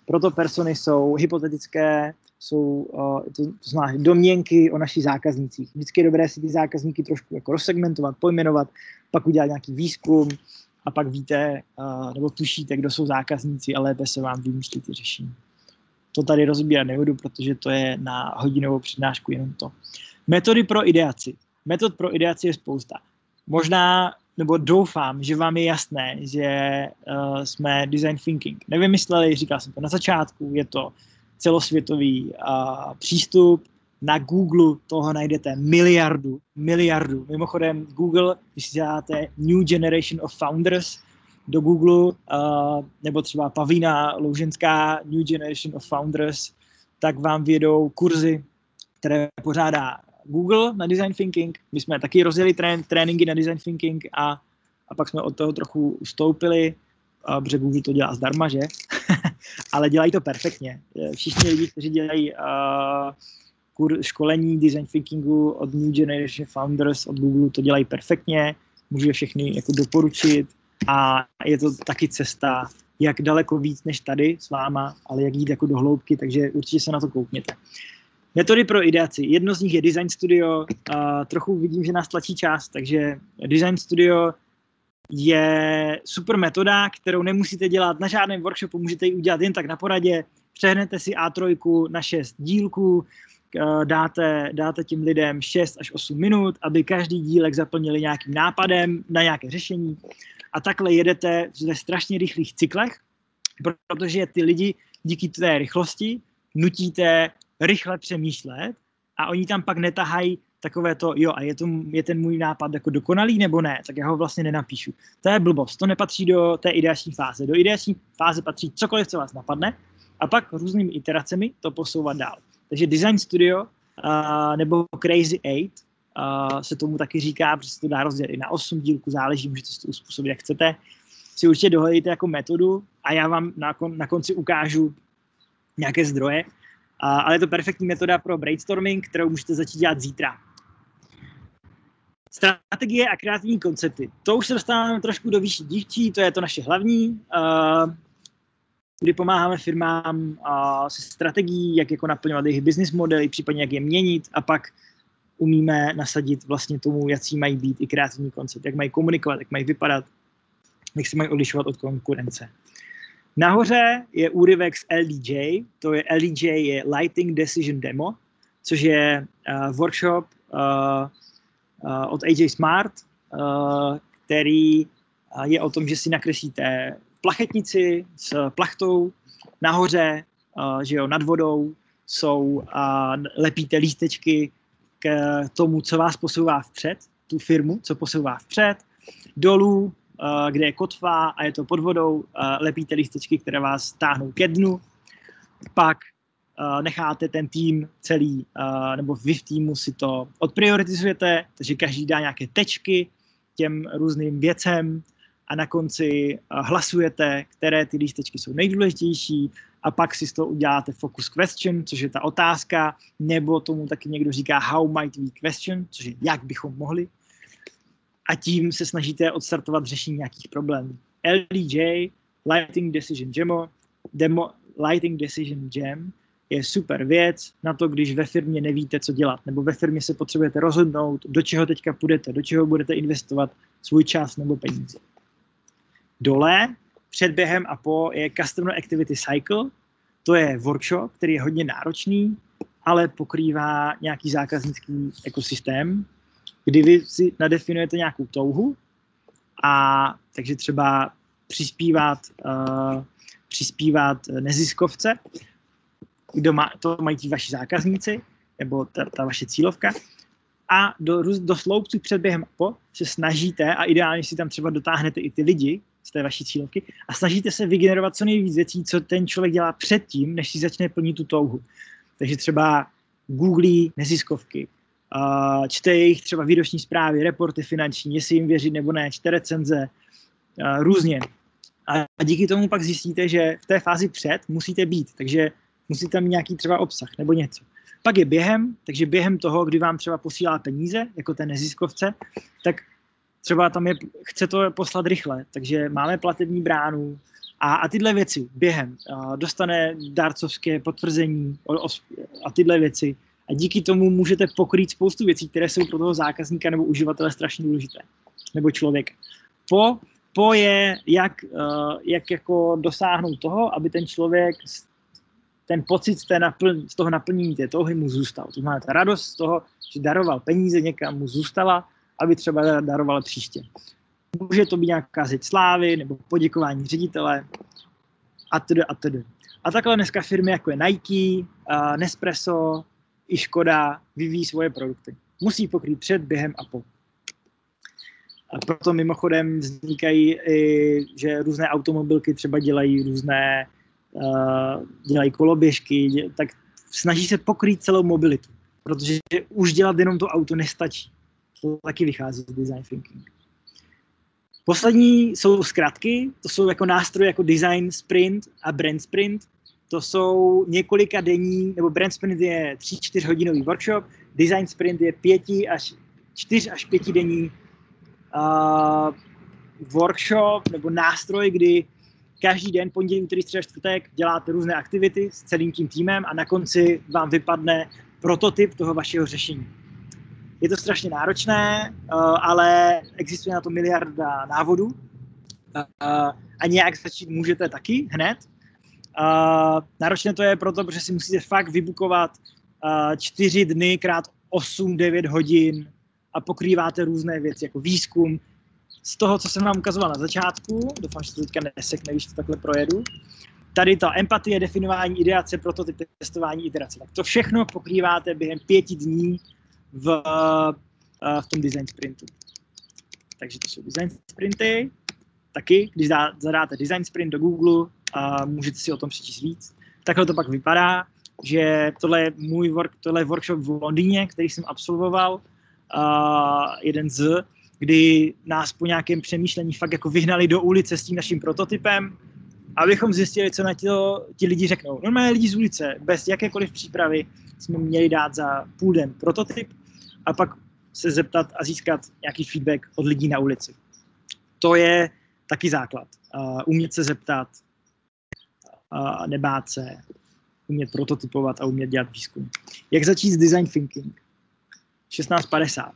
Proto persony jsou hypotetické, jsou to, to znamená domněnky o našich zákaznících. Vždycky je dobré si ty zákazníky trošku jako rozsegmentovat, pojmenovat, pak udělat nějaký výzkum a pak víte, nebo tušíte, kdo jsou zákazníci a lépe se vám vymýšlí ty řešení. To tady rozbírat nebudu, protože to je na hodinovou přednášku jenom to. Metody pro ideaci. Metod pro ideaci je spousta. Možná, nebo doufám, že vám je jasné, že uh, jsme design thinking nevymysleli, říkal jsem to na začátku, je to celosvětový uh, přístup. Na Google toho najdete miliardu, miliardu. Mimochodem Google, když si děláte New Generation of Founders do Google, uh, nebo třeba Pavlína Louženská New Generation of Founders, tak vám vyjedou kurzy, které pořádá Google na design thinking. My jsme taky rozjeli trén, tréninky na design thinking a, a pak jsme od toho trochu ustoupili, uh, protože Google to dělá zdarma, že? Ale dělají to perfektně. Všichni lidi, kteří dělají uh, kur, školení design thinkingu od New Generation Founders od Google, to dělají perfektně. Můžu je všechny jako doporučit a je to taky cesta, jak daleko víc než tady s váma, ale jak jít jako do hloubky, takže určitě se na to koukněte. Metody pro ideaci. Jedno z nich je Design Studio. Uh, trochu vidím, že nás tlačí čas, takže Design Studio je super metoda, kterou nemusíte dělat na žádném workshopu, můžete ji udělat jen tak na poradě. Přehnete si á tři na šest dílků, uh, dáte, dáte tím lidem šest až osm minut, aby každý dílek zaplnili nějakým nápadem na nějaké řešení. A takhle jedete ve strašně rychlých cyklech, protože ty lidi díky té rychlosti nutíte rychle přemýšlet a oni tam pak netahají takové to, jo, a je, to, je ten můj nápad jako dokonalý nebo ne, tak já ho vlastně nenapíšu. To je blbost, to nepatří do té ideační fáze. Do ideační fáze patří cokoliv, co vás napadne a pak různými iteracemi to posouvat dál. Takže Design Studio uh, nebo Crazy Eight uh, se tomu taky říká, protože se to dá rozdělit i na osm dílků, záleží, můžete si to uspůsobit, jak chcete. Si určitě dohledejte jako metodu a já vám na, kon, na konci ukážu nějaké zdroje, Uh, ale je to perfektní metoda pro brainstorming, kterou můžete začít dělat zítra. Strategie a kreativní koncepty. To už se dostáváme trošku do vyšší dívčí, to je to naše hlavní, uh, kdy pomáháme firmám uh, se strategií, jak jako naplňovat jejich business modely, případně jak je měnit a pak umíme nasadit vlastně tomu, jaký mají být i kreativní koncept, jak mají komunikovat, jak mají vypadat, jak se mají odlišovat od konkurence. Nahoře je úryvek z L D J, to je L D J je Lighting Decision Demo, což je uh, workshop uh, uh, od A J Smart, uh, který uh, je o tom, že si nakreslíte plachetnici s plachtou, nahoře, uh, že jo, nad vodou jsou, uh, lepíte lístečky k tomu, co vás posouvá vpřed, tu firmu, co posouvá vpřed, dolů, Uh, kde je kotva a je to pod vodou, uh, lepíte lístečky, které vás táhnou ke dnu, pak uh, necháte ten tým celý, uh, nebo vy v týmu si to odprioritizujete, takže každý dá nějaké tečky těm různým věcem a na konci uh, hlasujete, které ty lístečky jsou nejdůležitější a pak si z toho uděláte focus question, což je ta otázka, nebo tomu taky někdo říká how might we question, což je jak bychom mohli. A tím se snažíte odstartovat řešení nějakých problémů. L D J, Lighting Decision Demo, Demo, Lighting Decision Jam je super věc na to, když ve firmě nevíte, co dělat, nebo ve firmě se potřebujete rozhodnout, do čeho teďka půjdete, do čeho budete investovat svůj čas nebo peníze. Dole, před, během a po je Customer Activity Cycle, to je workshop, který je hodně náročný, ale pokrývá nějaký zákaznický ekosystém, kdy vy si nadefinujete nějakou touhu a takže třeba přispívat, uh, přispívat neziskovce, kdo má, to mají ti vaši zákazníci, nebo ta, ta vaše cílovka a do, do sloupců před, během a po se snažíte a ideálně si tam třeba dotáhnete i ty lidi z té vaší cílovky a snažíte se vygenerovat co nejvíc věcí, co ten člověk dělá předtím, než si začne plnit tu touhu. Takže třeba googlí neziskovky, Uh, čte jejich třeba výroční zprávy, reporty finanční, jestli jim věřit nebo ne, čte recenze, uh, různě. A, a díky tomu pak zjistíte, že v té fázi před musíte být, takže musíte mít nějaký třeba obsah nebo něco. Pak je během, takže během toho, kdy vám třeba posílá peníze, jako ten neziskovce, tak třeba tam je, chce to poslat rychle, takže máme platební bránu A, a tyhle věci během a dostane dárcovské potvrzení o, o, a tyhle věci. A díky tomu můžete pokrýt spoustu věcí, které jsou pro toho zákazníka nebo uživatele strašně důležité. Nebo člověka. Po, po je, jak, uh, jak jako dosáhnout toho, aby ten člověk, ten pocit z, té naplň, z toho naplnění té touhy mu zůstal. To znamená, ta radost z toho, že daroval peníze někam, mu zůstala, aby třeba daroval příště. Může to být nějaká zeď slávy, nebo poděkování ředitele, a tedy, a tedy. A takhle dneska firmy jako je Nike, uh, Nespresso, i Škoda vyvíjí svoje produkty. Musí pokrýt před, během a po. A proto mimochodem vznikají i, že různé automobilky třeba dělají různé, uh, dělají koloběžky, dě, tak snaží se pokrýt celou mobilitu. Protože už dělat jenom to auto nestačí. To taky vychází z design thinking. Poslední jsou zkratky, to jsou jako nástroje jako design sprint a brand sprint. To jsou několika denní, nebo brand sprint je tři čtyři hodinový workshop, design sprint je pěti až čtyři až pěti denní uh, workshop nebo nástroj, kdy každý den, pondělí, úterý, středa, čtvrtek děláte různé aktivity s celým tím týmem a na konci vám vypadne prototyp toho vašeho řešení. Je to strašně náročné, uh, ale existuje na to miliarda návodů uh, a nějak začít můžete taky hned. Uh, náročné to je proto, protože si musíte fakt vybukovat uh, čtyři dny krát osm devět hodin a pokrýváte různé věci, jako výzkum. Z toho, co jsem vám ukazoval na začátku, doufám, že to teďka nesekne, když to takhle projedu, tady ta empatie, definování, ideace, prototyp, testování, iterace. Tak to všechno pokrýváte během pěti dní v, uh, v tom design sprintu. Takže to jsou design sprinty. Taky, když dá, zadáte design sprint do Google, a můžete si o tom přečíst víc. Takhle to pak vypadá, že tohle je můj work, tohle je workshop v Londýně, který jsem absolvoval, uh, jeden z, kdy nás po nějakém přemýšlení fakt jako vyhnali do ulice s tím naším prototypem, abychom zjistili, co na to ti lidi řeknou. Normálně lidi z ulice, bez jakékoliv přípravy, jsme měli dát za půl den prototyp a pak se zeptat a získat nějaký feedback od lidí na ulici. To je taky základ. Uh, umět se zeptat, uh, nebát se, umět prototypovat a umět dělat výzkum. Jak začít s design thinking? šestnáct padesát.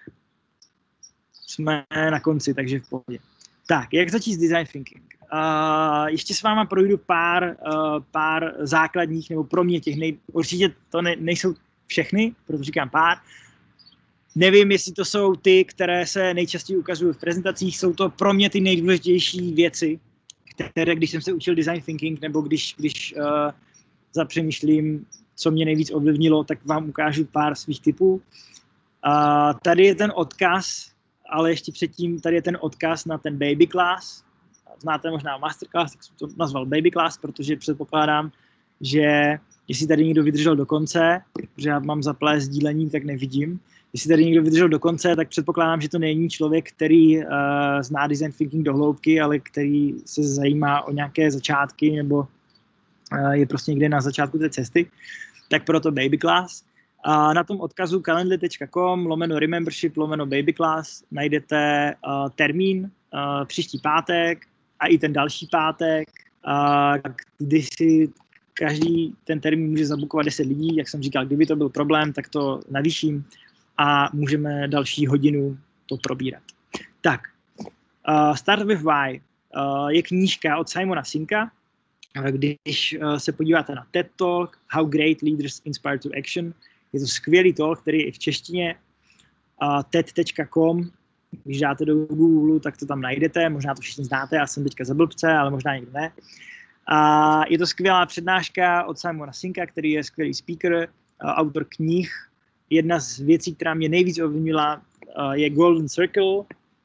Jsme na konci, takže v pohodě. Tak, jak začít s design thinking? Uh, ještě s váma projdu pár, uh, pár základních, nebo pro mě těch nej... Určitě to ne, nejsou všechny, proto říkám pár. Nevím, jestli to jsou ty, které se nejčastěji ukazují v prezentacích, jsou to pro mě ty nejdůležitější věci, které, když jsem se učil design thinking, nebo když, když uh, zapřemýšlím, co mě nejvíc ovlivnilo, tak vám ukážu pár svých typů. Uh, tady je ten odkaz, ale ještě předtím tady je ten odkaz na ten baby class. Znáte možná masterclass, tak jsem to nazval baby class, protože předpokládám, že jestli tady někdo vydržel do konce, protože já mám zaplé sdílení, tak nevidím. Jestli tady někdo vydržel do konce, tak předpokládám, že to není člověk, který uh, zná design thinking do hloubky, ale který se zajímá o nějaké začátky nebo uh, je prostě někde na začátku té cesty. Tak proto baby class. A na tom odkazu calendly tečka com lomeno remembership lomeno baby class najdete uh, termín uh, příští pátek a i ten další pátek, uh, kdy si každý ten termín může zabukovat deset lidí. Jak jsem říkal, kdyby to byl problém, tak to navýším a můžeme další hodinu to probírat. Tak, uh, Start with Why uh, je knížka od Simona Sinka. Když uh, se podíváte na TED Talk, How Great Leaders Inspire to Action, je to skvělý talk, který je i v češtině. Uh, T E D tečka com, když dáte do Google, tak to tam najdete, možná to všichni znáte, já jsem teďka za blbce, ale možná někdo ne. Uh, je to skvělá přednáška od Simona Sinka, který je skvělý speaker, uh, autor knih. Jedna z věcí, která mě nejvíc ovlivnila, uh, je Golden Circle. Uh,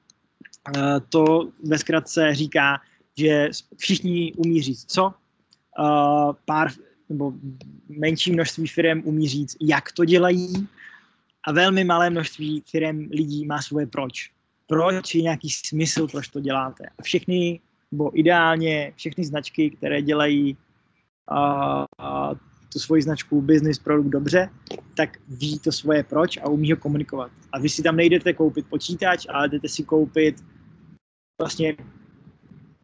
to ve zkratce říká, že všichni umí říct co, uh, pár nebo menší množství firem umí říct, jak to dělají a velmi malé množství firem lidí má svoje proč. Proč je nějaký smysl, proč to děláte. A všechny, nebo ideálně všechny značky, které dělají uh, uh, tu svoji značku business produkt dobře, tak ví to svoje proč a umí ho komunikovat. A vy si tam nejdete koupit počítač, ale jdete si koupit vlastně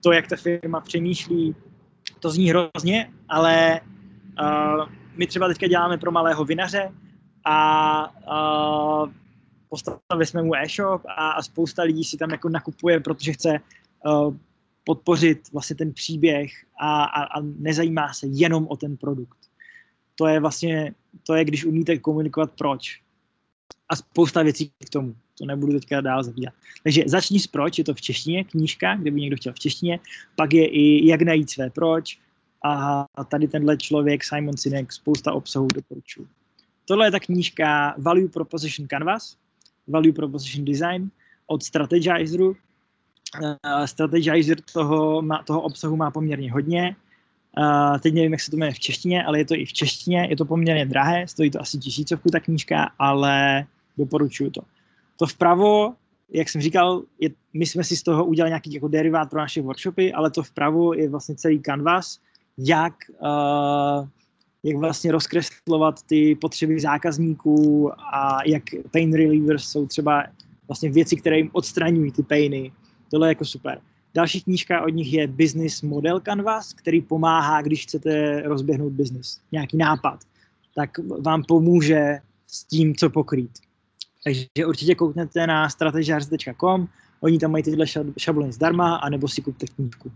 to, jak ta firma přemýšlí, to zní hrozně, ale uh, my třeba teďka děláme pro malého vinaře a uh, postavili jsme mu e-shop a, a spousta lidí si tam jako nakupuje, protože chce uh, podpořit vlastně ten příběh a, a, a nezajímá se jenom o ten produkt. To je vlastně, to je, když umíte komunikovat proč. A spousta věcí k tomu. To nebudu teďka dál zabírat. Takže začni s proč, je to v češtině, knížka, kdyby někdo chtěl v češtině. Pak je i jak najít své proč. A tady tenhle člověk, Simon Sinek, spousta obsahu doporučuji. Tohle je ta knížka Value Proposition Canvas, Value Proposition Design od Strategizeru. Uh, Strategizer toho, má, toho obsahu má poměrně hodně. Uh, teď nevím, jak se to jmenuje v češtině, ale je to i v češtině. Je to poměrně drahé, stojí to asi tisícovku ta knížka, ale doporučuju to. To vpravo, jak jsem říkal, je, my jsme si z toho udělali nějaký jako derivát pro naše workshopy, ale to vpravo je vlastně celý canvas, jak, uh, jak vlastně rozkreslovat ty potřeby zákazníků a jak pain relievers jsou třeba vlastně věci, které jim odstraňují ty painy. Tohle je jako super. Další knížka od nich je Business Model Canvas, který pomáhá, když chcete rozběhnout business, nějaký nápad, tak vám pomůže s tím, co pokrýt. Takže určitě koukněte na strategiars tečka com, oni tam mají tyhle šablony zdarma, anebo si kupte knížku.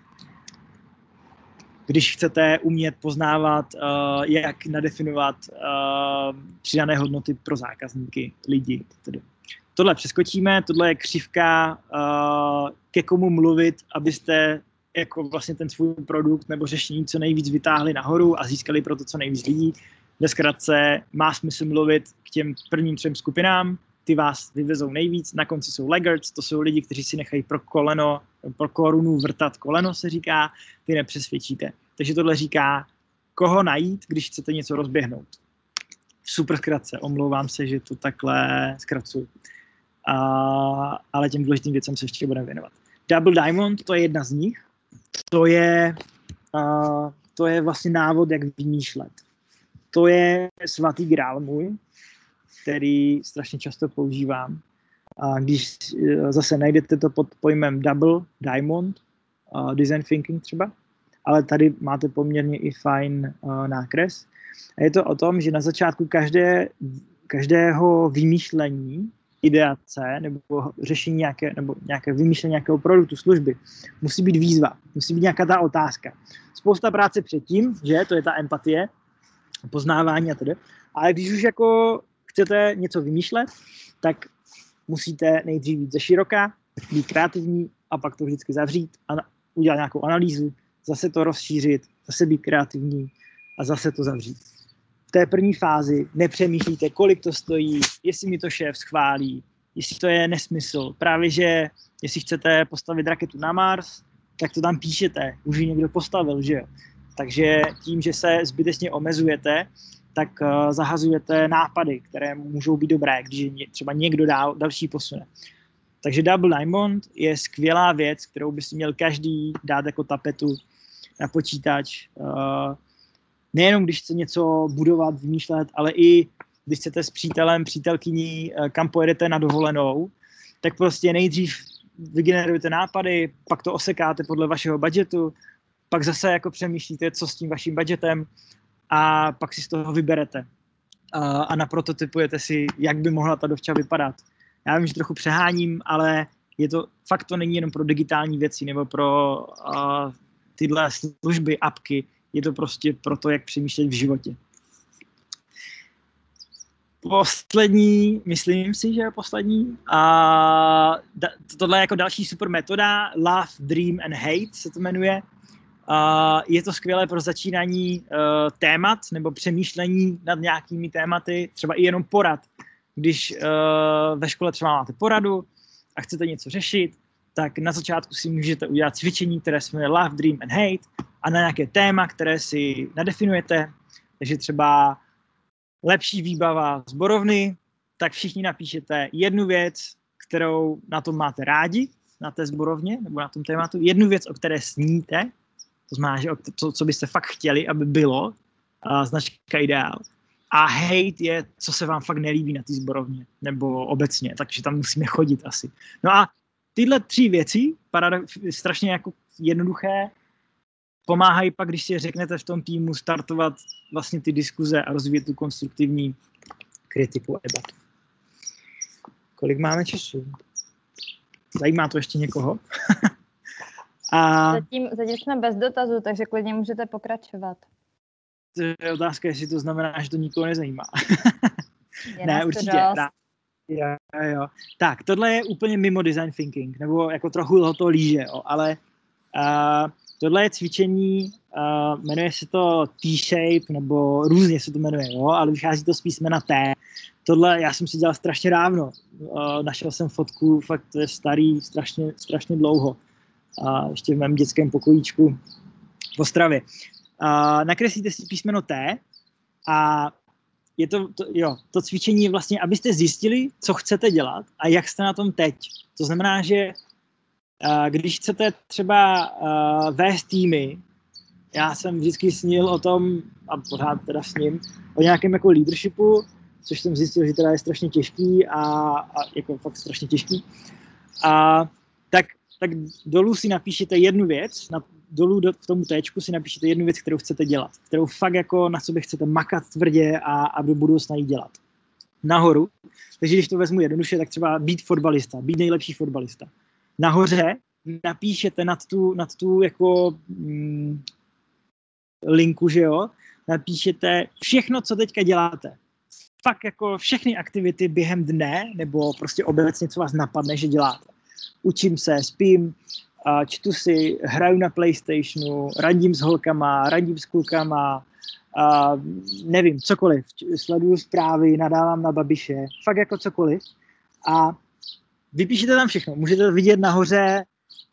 Když chcete umět poznávat, uh, jak nadefinovat uh, přidané hodnoty pro zákazníky, lidi. Tedy. Tohle přeskočíme, tohle je křivka, uh, ke komu mluvit, abyste jako vlastně ten svůj produkt nebo řešení co nejvíc vytáhli nahoru a získali pro to co nejvíc lidí. Ve zkratce má smysl mluvit k těm prvním třem skupinám, ty vás vyvezou nejvíc, na konci jsou laggards, to jsou lidi, kteří si nechají pro koleno, pro korunu vrtat koleno, se říká, ty nepřesvědčíte. Takže tohle říká, koho najít, když chcete něco rozběhnout. Super zkratce, omlouvám se, že to takhle zkracuju. A, ale těm důležitým věcem se ještě budeme věnovat. Double Diamond, to je jedna z nich. To je, uh, to je vlastně návod, jak vymýšlet. To je svatý grál můj, který strašně často používám. A když uh, zase najdete to pod pojmem Double Diamond, uh, Design Thinking třeba, ale tady máte poměrně i fajn uh, nákres. A je to o tom, že na začátku každé, každého vymýšlení ideace nebo řešení nějaké, nebo nějaké vymýšlení nějakého produktu, služby, musí být výzva, musí být nějaká ta otázka. Spousta práce předtím, že to je ta empatie, poznávání a tedy, ale když už jako chcete něco vymýšlet, tak musíte nejdřív být ze široka, být kreativní a pak to vždycky zavřít a udělat nějakou analýzu, zase to rozšířit, zase být kreativní a zase to zavřít. V té první fázi nepřemýšlíte, kolik to stojí, jestli mi to šéf schválí, jestli to je nesmysl. Právě, že jestli chcete postavit raketu na Mars, tak to tam píšete, už ji někdo postavil, že jo. Takže tím, že se zbytečně omezujete, tak uh, zahazujete nápady, které můžou být dobré, když třeba někdo dál, další posune. Takže Double Diamond je skvělá věc, kterou by si měl každý dát jako tapetu na počítač. Uh, nejenom když chce něco budovat, vymýšlet, ale i když chcete s přítelem, přítelkyní, kam pojedete na dovolenou, tak prostě nejdřív vygenerujete nápady, pak to osekáte podle vašeho budgetu, pak zase jako přemýšlíte, co s tím vaším budgetem a pak si z toho vyberete. A, a naprototypujete si, jak by mohla ta dovča vypadat. Já vím, že trochu přeháním, ale je to, fakt to není jenom pro digitální věci nebo pro uh, tyhle služby, apky, je to prostě pro to, jak přemýšlet v životě. Poslední, myslím si, že je poslední. A tohle je jako další super metoda, Love, Dream and Hate se to jmenuje. A je to skvělé pro začínání uh, témat nebo přemýšlení nad nějakými tématy, třeba i jenom porad. Když uh, ve škole třeba máte poradu a chcete něco řešit, tak na začátku si můžete udělat cvičení, které se jmenuje Love, Dream and Hate a na nějaké téma, které si nadefinujete. Takže třeba lepší výbava zborovny, tak všichni napíšete jednu věc, kterou na tom máte rádi, na té zborovně nebo na tom tématu, jednu věc, o které sníte, to znamená, že to, co byste fakt chtěli, aby bylo, a značka ideál. A hate je, co se vám fakt nelíbí na té zborovně, nebo obecně, takže tam musíme chodit asi. No a tyhle tři věci, paradox, strašně jako jednoduché, pomáhají pak, když si řeknete v tom týmu, startovat vlastně ty diskuze a rozvíjet tu konstruktivní kritiku a debatu. Kolik máme času? Zajímá to ještě někoho? a... zatím, zatím jsme bez dotazu, takže klidně můžete pokračovat. To je otázka, jestli to znamená, že to nikoho nezajímá. Je ne, určitě. Jo, jo. Tak, tohle je úplně mimo design thinking, nebo jako trochu ho to líže, jo, ale uh, tohle je cvičení, uh, jmenuje se to T-shape, nebo různě se to jmenuje, jo, ale vychází to z písmena T. Tohle já jsem si dělal strašně dávno. Uh, našel jsem fotku, fakt to je starý, strašně, strašně dlouho. Uh, ještě v mém dětském pokojíčku v Ostravě. Uh, nakreslíte si písmeno T a je to, to, jo, to cvičení je vlastně, abyste zjistili, co chcete dělat a jak jste na tom teď. To znamená, že uh, když chcete třeba uh, vést týmy, já jsem vždycky snil o tom, a pořád teda s ním, o nějakém jako leadershipu, což jsem zjistil, že teda je strašně těžký a, a jako fakt strašně těžký. A tak, tak dolů si napíšete jednu věc, na, dolů do, k tomu téčku si napíšete jednu věc, kterou chcete dělat, kterou fakt jako na sobě chcete makat tvrdě a, a do budoucna jí dělat. Nahoru, takže když to vezmu jednoduše, tak třeba být fotbalista, být nejlepší fotbalista. Nahoře napíšete nad tu, nad tu jako mm, linku, že jo, napíšete všechno, co teďka děláte. Fakt jako všechny aktivity během dne, nebo prostě obecně, co vás napadne, že děláte. Učím se, spím, čtu si, hraju na PlayStationu, radím s holkama, radím s klukama, nevím, cokoliv. Sleduju zprávy, nadávám na Babiše, fakt jako cokoliv. A vypíšete tam všechno. Můžete vidět nahoře,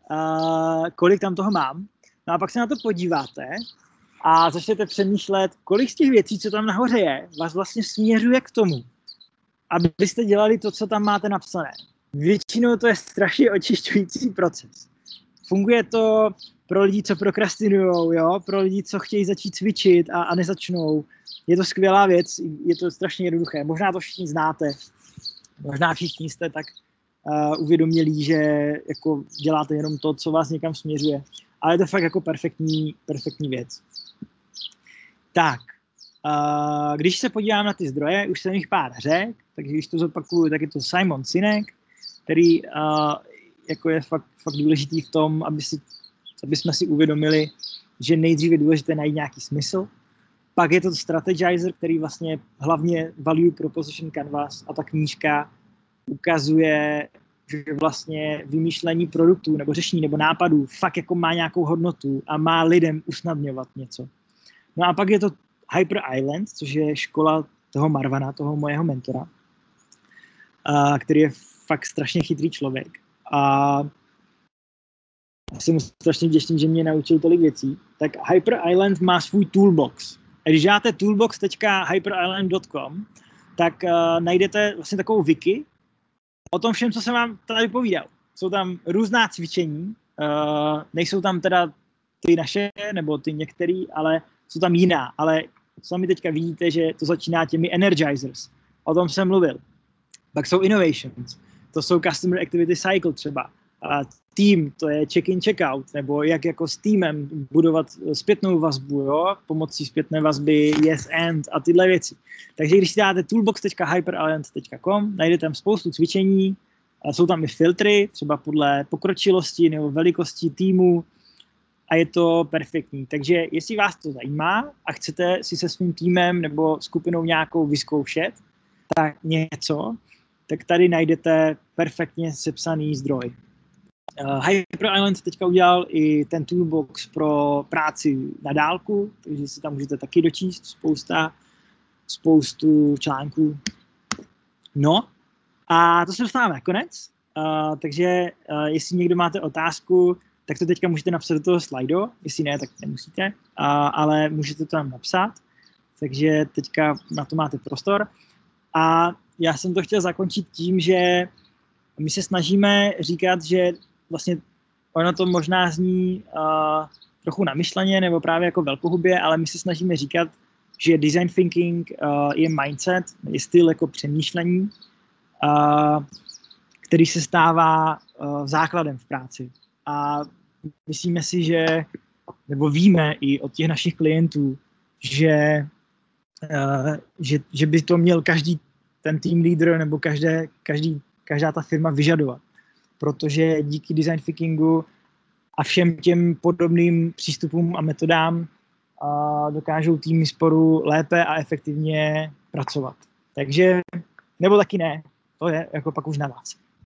kolik tam toho mám. No a pak se na to podíváte a začnete přemýšlet, kolik z těch věcí, co tam nahoře je, vás vlastně směřuje k tomu, abyste dělali to, co tam máte napsané. Většinou to je strašně očišťující proces. Funguje to pro lidi, co prokrastinujou, jo? Pro lidi, co chtějí začít cvičit a, a nezačnou. Je to skvělá věc, je to strašně jednoduché. Možná to všichni znáte, možná všichni jste tak uh, uvědomělí, že jako děláte jenom to, co vás někam směřuje. Ale je to fakt jako perfektní, perfektní věc. Tak, uh, když se podívám na ty zdroje, už jsem jich pár řekl, takže když to zopakuju, tak je to Simon Sinek, který uh, jako je fakt, fakt důležitý v tom, aby, si, aby jsme si uvědomili, že nejdřív je důležité najít nějaký smysl. Pak je to Strategizer, který vlastně hlavně Value Proposition Canvas a ta knížka ukazuje, že vlastně vymýšlení produktů nebo řešení nebo nápadů fakt jako má nějakou hodnotu a má lidem usnadňovat něco. No a pak je to Hyper Island, což je škola toho Marvana, toho mojeho mentora, a který je fakt strašně chytrý člověk. A jsem strašně vděčný, že mě naučil tolik věcí. Tak Hyper Island má svůj toolbox. A když dáte toolbox tečka hyper island tečka com, tak uh, najdete vlastně takovou wiki o tom všem, co jsem vám tady povídal. Jsou tam různá cvičení, uh, nejsou tam teda ty naše, nebo ty některý, ale jsou tam jiná. Ale sami teďka vidíte, že to začíná těmi energizers. O tom jsem mluvil. Pak jsou innovations, to jsou customer activity cycle třeba. A team, to je check-in, check-out, nebo jak jako s týmem budovat zpětnou vazbu, jo, pomocí zpětné vazby, yes and a tyhle věci. Takže když si dáte toolbox tečka hyper island tečka com, najdete tam spoustu cvičení, a jsou tam i filtry, třeba podle pokročilosti nebo velikosti týmu a je to perfektní. Takže jestli vás to zajímá a chcete si se svým týmem nebo skupinou nějakou vyzkoušet, tak něco, tak tady najdete perfektně sepsaný zdroj. Uh, Hyper Island teďka udělal i ten toolbox pro práci na dálku, takže si tam můžete taky dočíst spousta, spoustu článků. No a to se dostáváme na konec, uh, takže uh, jestli někdo máte otázku, tak to teďka můžete napsat do toho slajdu, jestli ne, tak nemusíte, uh, ale můžete to tam napsat, takže teďka na to máte prostor. A já jsem to chtěl zakončit tím, že my se snažíme říkat, že vlastně ono to možná zní uh, trochu namyšleně nebo právě jako velkohubě, ale my se snažíme říkat, že design thinking uh, je mindset, je styl jako přemýšlení, uh, který se stává uh, základem v práci. A myslíme si, že, nebo víme i od těch našich klientů, že, uh, že, že by to měl každý ten team leader nebo každé, každý, každá ta firma vyžadovat. Protože díky design thinkingu a všem těm podobným přístupům a metodám a dokážou týmy sporu lépe a efektivně pracovat. Takže, nebo taky ne, to je jako pak už na vás.